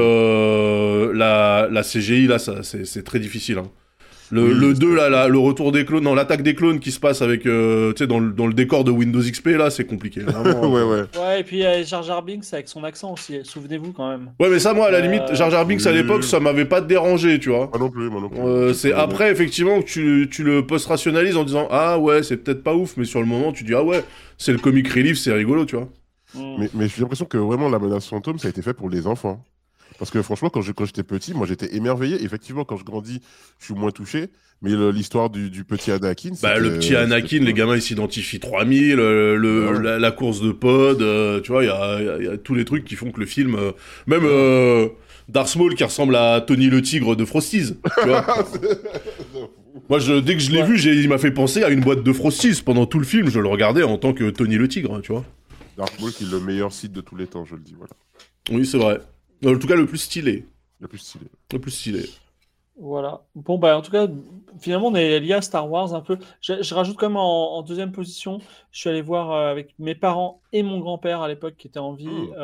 euh, la, la C G I là, ça, c'est c'est très difficile. Hein. Le, Oui, le c'est- deux, là, la- le retour des clones, non, l'attaque des clones qui se passe avec, euh, tu sais, dans le, dans le décor de Windows X P, là, c'est compliqué. Vraiment, ouais, ouais. Ouais, et puis il y a Jar Jar Binks avec son accent aussi, souvenez-vous quand même. Ouais, mais ça, moi, à la Euh, limite, Jar Jar Binks à oui. l'époque, ça m'avait pas dérangé, tu vois. Moi non plus, moi non plus. Euh, Je c'est peux- après, effectivement, que tu, tu le post-rationalises en disant ah ouais, c'est peut-être pas ouf, mais sur le moment, tu dis ah ouais, c'est le comic relief, c'est rigolo, tu vois. Mm. Mais, mais j'ai l'impression que vraiment la menace fantôme, ça a été fait pour les enfants. Parce que franchement, quand je- quand j'étais petit, moi j'étais émerveillé. Effectivement, quand je grandis, je suis moins touché. Mais le- l'histoire du, du petit Anakin. Bah, c'était- le petit Anakin, c'était- les gamins ils s'identifient trois mille, euh, le, Ouais. la, la course de pod, euh, tu vois, il y a, il y a- il y a tous les trucs qui font que le film. euh, même euh, Darth Maul qui ressemble à Tony le Tigre de Frosties, tu vois. Moi, je, dès que je l'ai Ouais. vu, j'ai- il m'a fait penser à une boîte de Frosties. Pendant tout le film, je le regardais en tant que Tony le Tigre, tu vois. Darth Maul qui est le meilleur site de tous les temps, je le dis. Voilà. Oui, c'est vrai. En tout cas, le plus stylé. Le plus stylé. Le plus stylé. Voilà. Bon, bah, en tout cas, finalement, on est lié à Star Wars un peu. Je, je rajoute quand même en, en deuxième position, je suis allé voir euh, avec mes parents et mon grand-père à l'époque qui était en vie. Mmh.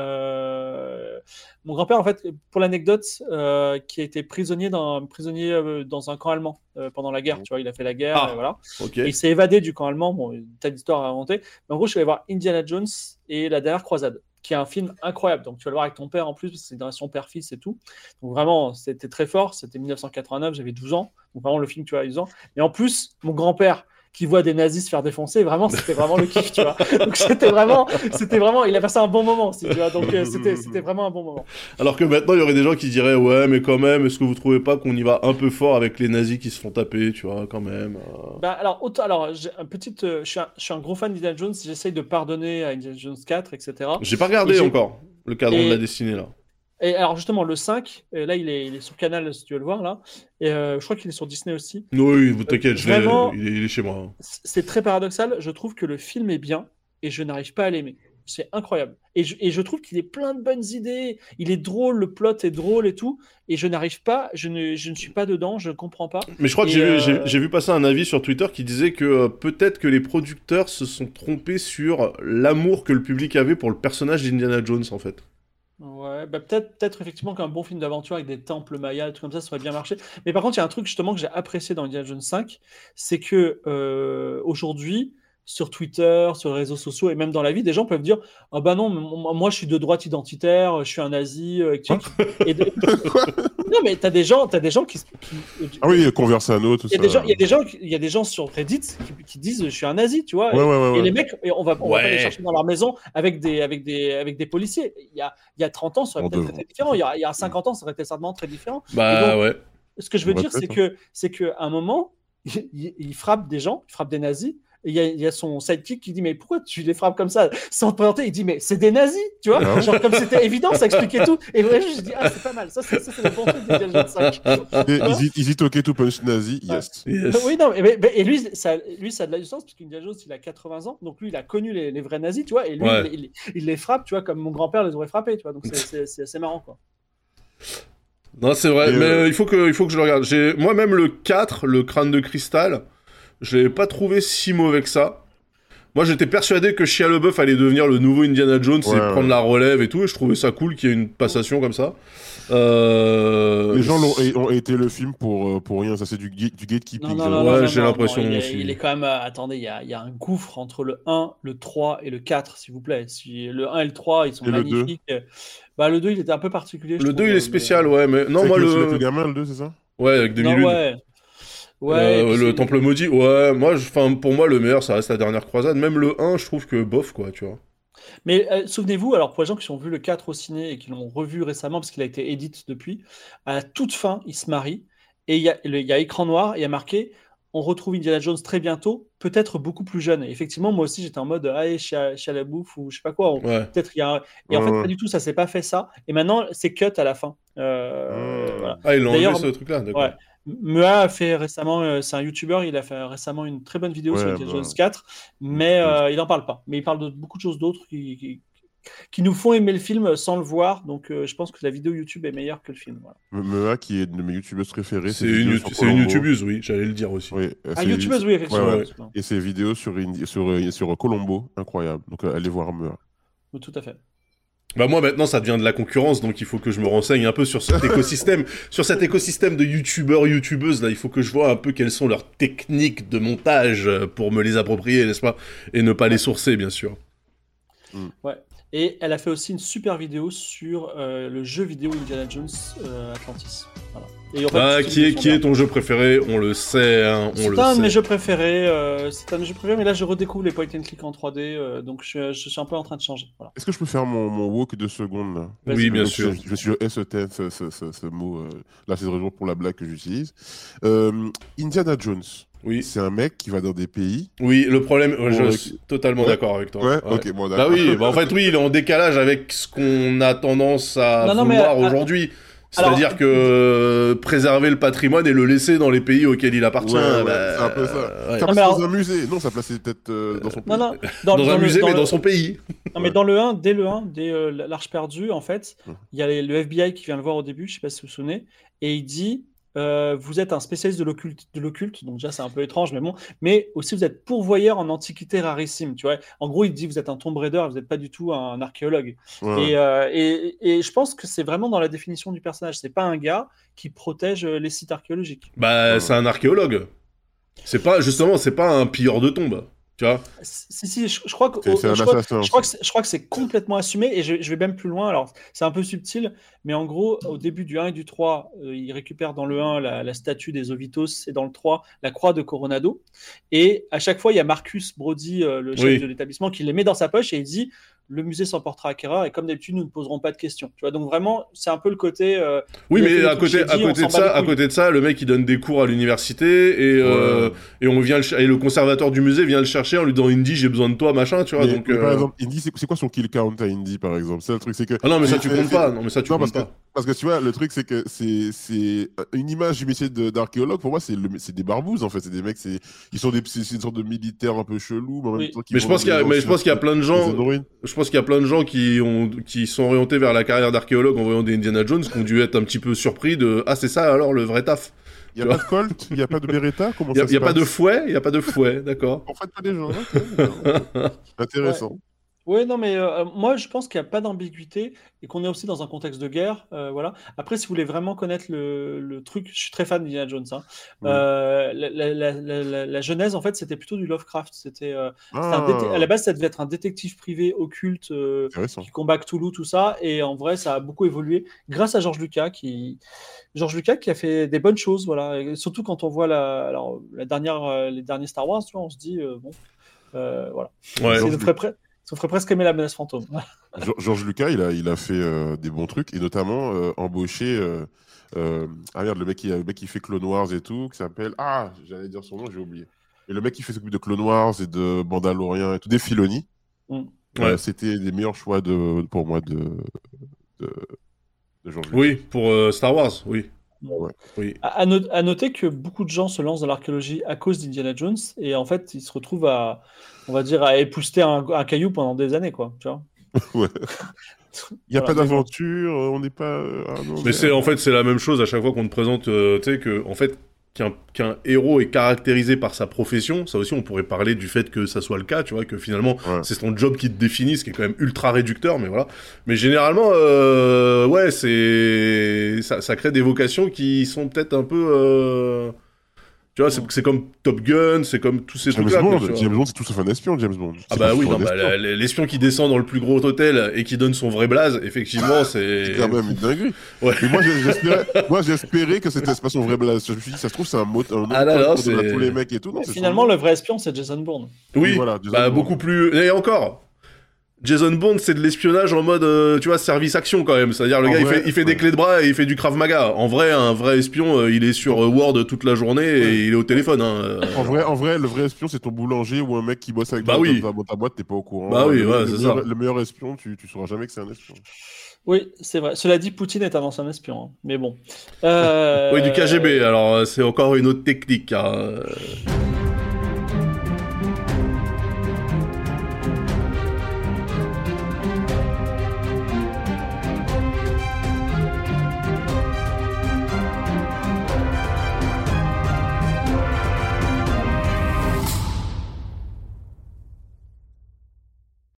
euh, Mon grand-père, en fait, pour l'anecdote, euh, qui a été prisonnier dans, prisonnier, euh, dans un camp allemand euh, pendant la guerre. Tu vois, il a fait la guerre, Ah. et voilà. Ok. Et il s'est évadé du camp allemand. Bon, une telle histoire à raconter. Mais en gros, je suis allé voir Indiana Jones et La Dernière Croisade, qui est un film incroyable. Donc, tu vas le voir avec ton père en plus, parce que c'est une relation père-fils et tout. Donc, vraiment, c'était très fort. C'était mille neuf cent quatre-vingt-neuf, j'avais douze ans. Donc, vraiment, le film, tu vois, douze ans. Et en plus, mon grand-père, qui voit des nazis se faire défoncer, vraiment, c'était vraiment le kiff, tu vois. Donc, c'était vraiment, c'était vraiment, il a passé un bon moment aussi, tu vois. Donc, euh, c'était, c'était vraiment un bon moment. Alors que maintenant, il y aurait des gens qui diraient ouais, mais quand même, est-ce que vous trouvez pas qu'on y va un peu fort avec les nazis qui se font taper, tu vois, quand même. euh. Bah, alors, autant, alors, j'ai un petit, euh, je suis un, je suis un gros fan d'Indiana Jones. J'essaye de pardonner à Indiana Jones quatre, et cetera. J'ai pas regardé Et j'ai- encore le cadre Et- de la destinée là. Et alors justement, le cinq, euh, là il est, il est sur Canal si tu veux le voir là, et euh, je crois qu'il est sur Disney aussi. Oui, vous t'inquiète, je l'ai- Vraiment- il, est, il est chez moi. C- C'est très paradoxal, je trouve que le film est bien, et je n'arrive pas à l'aimer. C'est incroyable. Et je, et je trouve qu'il est plein de bonnes idées, il est drôle, le plot est drôle et tout, et je n'arrive pas, je ne, je ne suis pas dedans, je ne comprends pas. Mais je crois que Et j'ai euh, vu, j'ai- j'ai vu passer un avis sur Twitter qui disait que euh, peut-être que les producteurs se sont trompés sur l'amour que le public avait pour le personnage d'Indiana Jones en fait. Ouais, bah peut-être, peut-être effectivement qu'un bon film d'aventure avec des temples mayas, des trucs comme ça, ça aurait bien marché. Mais par contre, il y a un truc justement que j'ai apprécié dans Indiana Jones cinq, c'est que euh, aujourd'hui, sur Twitter, sur les réseaux sociaux et même dans la vie, des gens peuvent dire ah bah non, m- moi je suis de droite identitaire, je suis un nazi. euh, qui- et de- Non mais t'as des gens, t'as des gens qui, qui- Ah oui, Conversano, tout il y ça. a des gens, il y a des gens, qui- il y a des gens sur Reddit qui, qui disent je suis un nazi, tu vois. Ouais, et, ouais, ouais, et ouais. les mecs, et on va, on va pas Ouais. les chercher dans leur maison avec des, avec des, avec des policiers. Il y a, il y a trente ans, ça aurait On peut-être devrait. été différent. Il y a, il y a cinquante ans, ça aurait été certainement très différent. Bah Et donc, ouais. Ce que je veux Ouais, dire, c'est peut-être, que, c'est que à un moment, il, il frappe des gens, il frappe des nazis. Et il y, a, il y a son sidekick qui dit mais pourquoi tu les frappes comme ça sans te présenter? Il dit mais c'est des nazis, tu vois, Ah. genre comme c'était évident, ça expliquait tout. Et vraiment je dis ah c'est pas mal, ça c'est, ça, c'est le bon truc de Indiana Jones cinq. Et Is it, is it okay to punch nazi? Yes. Yes. Oui, non, mais, mais- mais- et lui, ça, lui, ça a de la distance, parce qu'Indiana Jones, il a quatre-vingts ans, donc lui, il a connu les, les vrais nazis, tu vois, et lui, Ouais. il, il- il les frappe, tu vois, comme mon grand-père les aurait frappés, tu vois, donc c'est, c'est, c'est assez marrant, quoi. Non, c'est vrai, Et, mais euh, euh, il, faut que, il faut que je le regarde. J'ai... Moi-même, le quatre, le crâne de cristal, je l'avais pas trouvé si mauvais que ça. Moi, j'étais persuadé que Shia LaBeouf allait devenir le nouveau Indiana Jones Ouais, et ouais. prendre la relève et tout, et je trouvais ça cool qu'il y ait une passation comme ça. Euh... Les gens l'ont, ont été le film pour, euh, pour rien, ça c'est du, ga- du gatekeeping. Non, non, ça. non, Ouais, non, non, j'ai non, l'impression non, il, est, aussi. il est quand même. euh, attendez, il y a, il y a un gouffre entre le un, le trois et le quatre, s'il vous plaît. Si, le un et le trois, ils sont Et le deux? magnifiques. Bah, le deux, il était un peu particulier, je Le trouve. deux, il est mais- spécial, ouais, mais... Non, C'est moi, avec le, avec le le... gamin, le deux, c'est ça? Ouais, avec Non, Demi-Lune. ouais. Ouais, Euh, et puis le c'est- Temple Maudit, ouais, moi, je- enfin, pour moi, le meilleur, ça reste la dernière croisade. Même le un, je trouve que bof, quoi, tu vois. Mais euh, souvenez-vous, alors pour les gens qui ont vu le quatre au ciné et qui l'ont revu récemment, parce qu'il a été édité depuis, à la toute fin, il se marie, et il y a, le- il y a écran noir, et il y a marqué on retrouve Indiana Jones très bientôt, peut-être beaucoup plus jeune. Et effectivement, moi aussi, j'étais en mode allez, chez chez la bouffe ou je sais pas quoi. on- Ouais. Peut-être il y a un- Et en Ouais, fait, ouais. pas du tout, ça s'est pas fait ça. Et maintenant, c'est cut à la fin. Euh, Mmh. voilà. Ah, ils l'ont enlevé, D'ailleurs, ce truc-là, d'accord. Ouais. Mua a fait récemment, euh, c'est un YouTuber, il a fait récemment une très bonne vidéo Ouais, sur Indiana bah, Jones quatre, mais euh, il en parle pas. Mais il parle de beaucoup de choses d'autres qui, qui, qui nous font aimer le film sans le voir. Donc euh, je pense que la vidéo YouTube est meilleure que le film. Voilà. Me- Mea, qui est une de mes youtubeuses préférées, C'est ses une, vidéos yout- sur c'est une Colombo. youtubeuse, oui, j'allais le dire aussi. Oui, euh, Ah, ses- YouTubeuse, oui, effectivement. ouais, ouais. effectivement. Et ses vidéos sur, Indi- sur, euh, sur Colombo, incroyable. Donc euh, allez voir Mea. Oui, tout à fait. Bah moi maintenant ça devient de la concurrence, donc il faut que je me renseigne un peu sur cet écosystème, sur cet écosystème de youtubeurs, youtubeuses là. Il faut que je vois un peu quelles sont leurs techniques de montage euh, pour me les approprier, n'est-ce pas, et ne pas les sourcer bien sûr. Ouais. Et elle a fait aussi une super vidéo sur euh, le jeu vidéo Indiana Jones euh, Atlantis. Voilà. Et en fait, Ah, c'est qui est une qui est ton jeu préféré? On le sait, hein, on C'est le un de sait. mes jeux préférés. euh, c'est un de mes jeux préférés, mais là je redécouvre les point and click en trois D, euh, donc je, je suis un peu en train de changer. Voilà. Est-ce que je peux faire mon, mon walk de secondes là? Vas-y. Oui, bien Donc, sûr. Je, je suis S E T, ce, ce, ce, ce mot. euh, là, c'est vraiment pour la blague que j'utilise. Euh, Indiana Jones, Oui, c'est un mec qui va dans des pays. oui. Le problème, euh, je Ouais. suis totalement Ouais. d'accord avec toi. Ouais, ok, bon, Bah d'accord. oui, bah en fait oui, il est en décalage avec ce qu'on a tendance à Non, non, mais, vouloir euh, aujourd'hui. alors- C'est-à-dire que euh, préserver le patrimoine et le laisser dans les pays auxquels il appartient. Ouais, ouais, bah, c'est un peu ça. euh, ouais. Ça Non, place mais dans alors- un musée. Non, ça place peut-être euh, dans son pays. Non, non. Dans, un le- musée, mais le- dans son pays. Non, mais dans le un, dès le un, dès euh, l'Arche perdue, en fait, Ouais. il y a les- le F B I qui vient le voir au début, je sais pas si vous vous souvenez, et il dit euh, vous êtes un spécialiste de l'occulte, de l'occulte, donc déjà c'est un peu étrange, mais bon, mais aussi vous êtes pourvoyeur en antiquités rarissimes, tu vois. En gros, il dit vous êtes un Tomb Raider, vous n'êtes pas du tout un archéologue. Ouais. Et, euh, et, et je pense que c'est vraiment dans la définition du personnage. C'est pas un gars qui protège euh, les sites archéologiques. Bah, Ouais. c'est un archéologue. C'est pas, justement, c'est pas un pilleur de tombes. Tu vois. Si, si, je, je crois que C'est- c'est un je crois, assassin je crois que aussi. c'est- je crois que c'est complètement assumé et je, je vais même plus loin. Alors, c'est un peu subtil, mais en gros, au début du un et du trois, euh, il récupère dans le un la, la statue des Ovitos et dans le trois la croix de Coronado. Et à chaque fois, il y a Marcus Brody, euh, le chef Oui. de l'établissement, qui les met dans sa poche et il dit le musée s'en portera acquéreur et comme d'habitude, nous ne poserons pas de questions. Tu vois, donc vraiment, c'est un peu le côté. euh, Oui, il a fait mais des à trucs côté, chez à Guy, on côté s'en de bat ça, les à couilles. côté de ça, le mec il donne des cours à l'université et, euh, Ouais. et on vient le ch- et le conservateur du musée vient le chercher en lui disant Indy, j'ai besoin de toi, machin, tu vois. Mais- donc, mais euh, par exemple, Indy, c'est c'est quoi son kill count à Indy, par exemple? C'est le truc, c'est que. Ah non, mais ça c'est- tu c'est- comptes c'est- pas. Non, mais ça tu Non, parce comptes que, pas. parce que tu vois, le truc, c'est que c'est c'est une image du métier de- d'archéologue. Pour moi, c'est le- c'est des barbouzes, en fait. C'est des mecs, c'est ils sont des, c'est c'est une sorte de militaires un peu chelous, mais en même Oui. temps qui Mais je vont pense dans qu'il y a, des mais je anciens- pense qu'il y a plein de des gens. androïdes. Je pense qu'il y a plein de gens qui ont, qui sont orientés vers la carrière d'archéologue en voyant des Indiana Jones, qui ont dû être un petit peu surpris de ah c'est ça alors le vrai taf. Il n'y a pas de Colt, il n'y a pas de Beretta. Comment Il y a, ça y a se pas de passe fouet, il y a pas de fouet, d'accord. En fait, pas des gens. ok, d'accord. Intéressant. Oui, non, mais euh, moi je pense qu'il n'y a pas d'ambiguïté et qu'on est aussi dans un contexte de guerre. euh, voilà. Après, si vous voulez vraiment connaître le, le truc, je suis très fan d'Indiana Jones. Hein. Ouais. Euh, la, la, la, la, la- la genèse, en fait, c'était plutôt du Lovecraft. C'était euh, c'était un déte- Ah, à la base, ça devait être un détective privé occulte euh, intéressant. qui combat Cthulhu, tout ça. Et en vrai, ça a beaucoup évolué grâce à George Lucas qui. George Lucas qui a fait des bonnes choses, voilà. Et surtout quand on voit la, alors, la dernière, euh, les derniers Star Wars, tu vois, on se dit, euh, bon, euh, voilà. Ouais. Ça George nous ferait, pre- ça nous ferait presque aimer la menace fantôme. Geor- Georges Lucas, il a, il a fait euh, des bons trucs, et notamment euh, embauché. Euh, euh, ah merde, le mec, qui, le mec qui fait Clone Wars et tout, qui s'appelle. Ah, j'allais dire son nom, j'ai oublié. Et le mec qui fait s'occupe de Clone Wars et de Mandalorian et tout, des Filoni. Mm. Euh, Ouais. C'était des meilleurs choix de, pour moi de, de, de Georges Lucas. Oui, pour euh, Star Wars, oui. Ouais. Oui. À, à no- à noter que beaucoup de gens se lancent dans l'archéologie à cause d'Indiana Jones et en fait ils se retrouvent à, on va dire, à épousseter un, un caillou pendant des années, quoi. Tu vois. Ouais. Il n'y a Voilà, pas mais bon. d'aventure, on n'est pas. Ah non, Mais c'est en fait c'est la même chose à chaque fois qu'on te présente, euh, tu sais que en fait qu'un, qu'un héros est caractérisé par sa profession. Ça aussi, on pourrait parler du fait que ça soit le cas, tu vois, que finalement, Ouais. c'est ton job qui te définit, ce qui est quand même ultra réducteur, mais voilà. Mais généralement, euh, ouais, c'est... Ça, ça crée des vocations qui sont peut-être un peu... euh, Tu vois, c'est, c'est comme Top Gun, c'est comme tous ces James trucs-là. quoi, Bond, tu vois. James Bond, c'est tout sauf un espion, James Bond. Ah C'est bah pas oui, toujours non, un bah, espion. la- l'espion qui descend dans le plus gros hôtel et qui donne son vrai blaze, effectivement, c'est... C'est quand même une dinguerie. Ouais. Mais moi, j'ai- j'espérais, moi, j'espérais que c'était pas son vrai blaze. Je me suis dit, ça se trouve, c'est un mot, un nom Ah là code là, pour donner c'est- à tous les mecs et tout. Non, c'est son Finalement, nom. le vrai espion, c'est Jason Bourne. Oui, Oui, voilà, Jason bah Bourne. beaucoup plus... Et encore, Jason Bond, c'est de l'espionnage en mode, euh, tu vois, service-action quand même. C'est-à-dire, le En gars, il vrai, fait, il fait des ouais. clés de bras et il fait du Krav Maga. En vrai, un vrai espion, euh, il est sur euh, Word toute la journée et il est au téléphone. Hein. euh. En vrai, en vrai, le vrai espion, c'est ton boulanger ou un mec qui bosse avec Bah toi oui. dans ta, dans ta boîte, t'es pas au courant. Bah oui, le, ouais, le c'est meilleur, ça. le meilleur espion, tu, tu sauras jamais que c'est un espion. Oui, c'est vrai. Cela dit, Poutine est un ancien espion. Hein. Mais bon. Euh... Oui, du K G B, alors euh, c'est encore une autre technique. Hein. euh.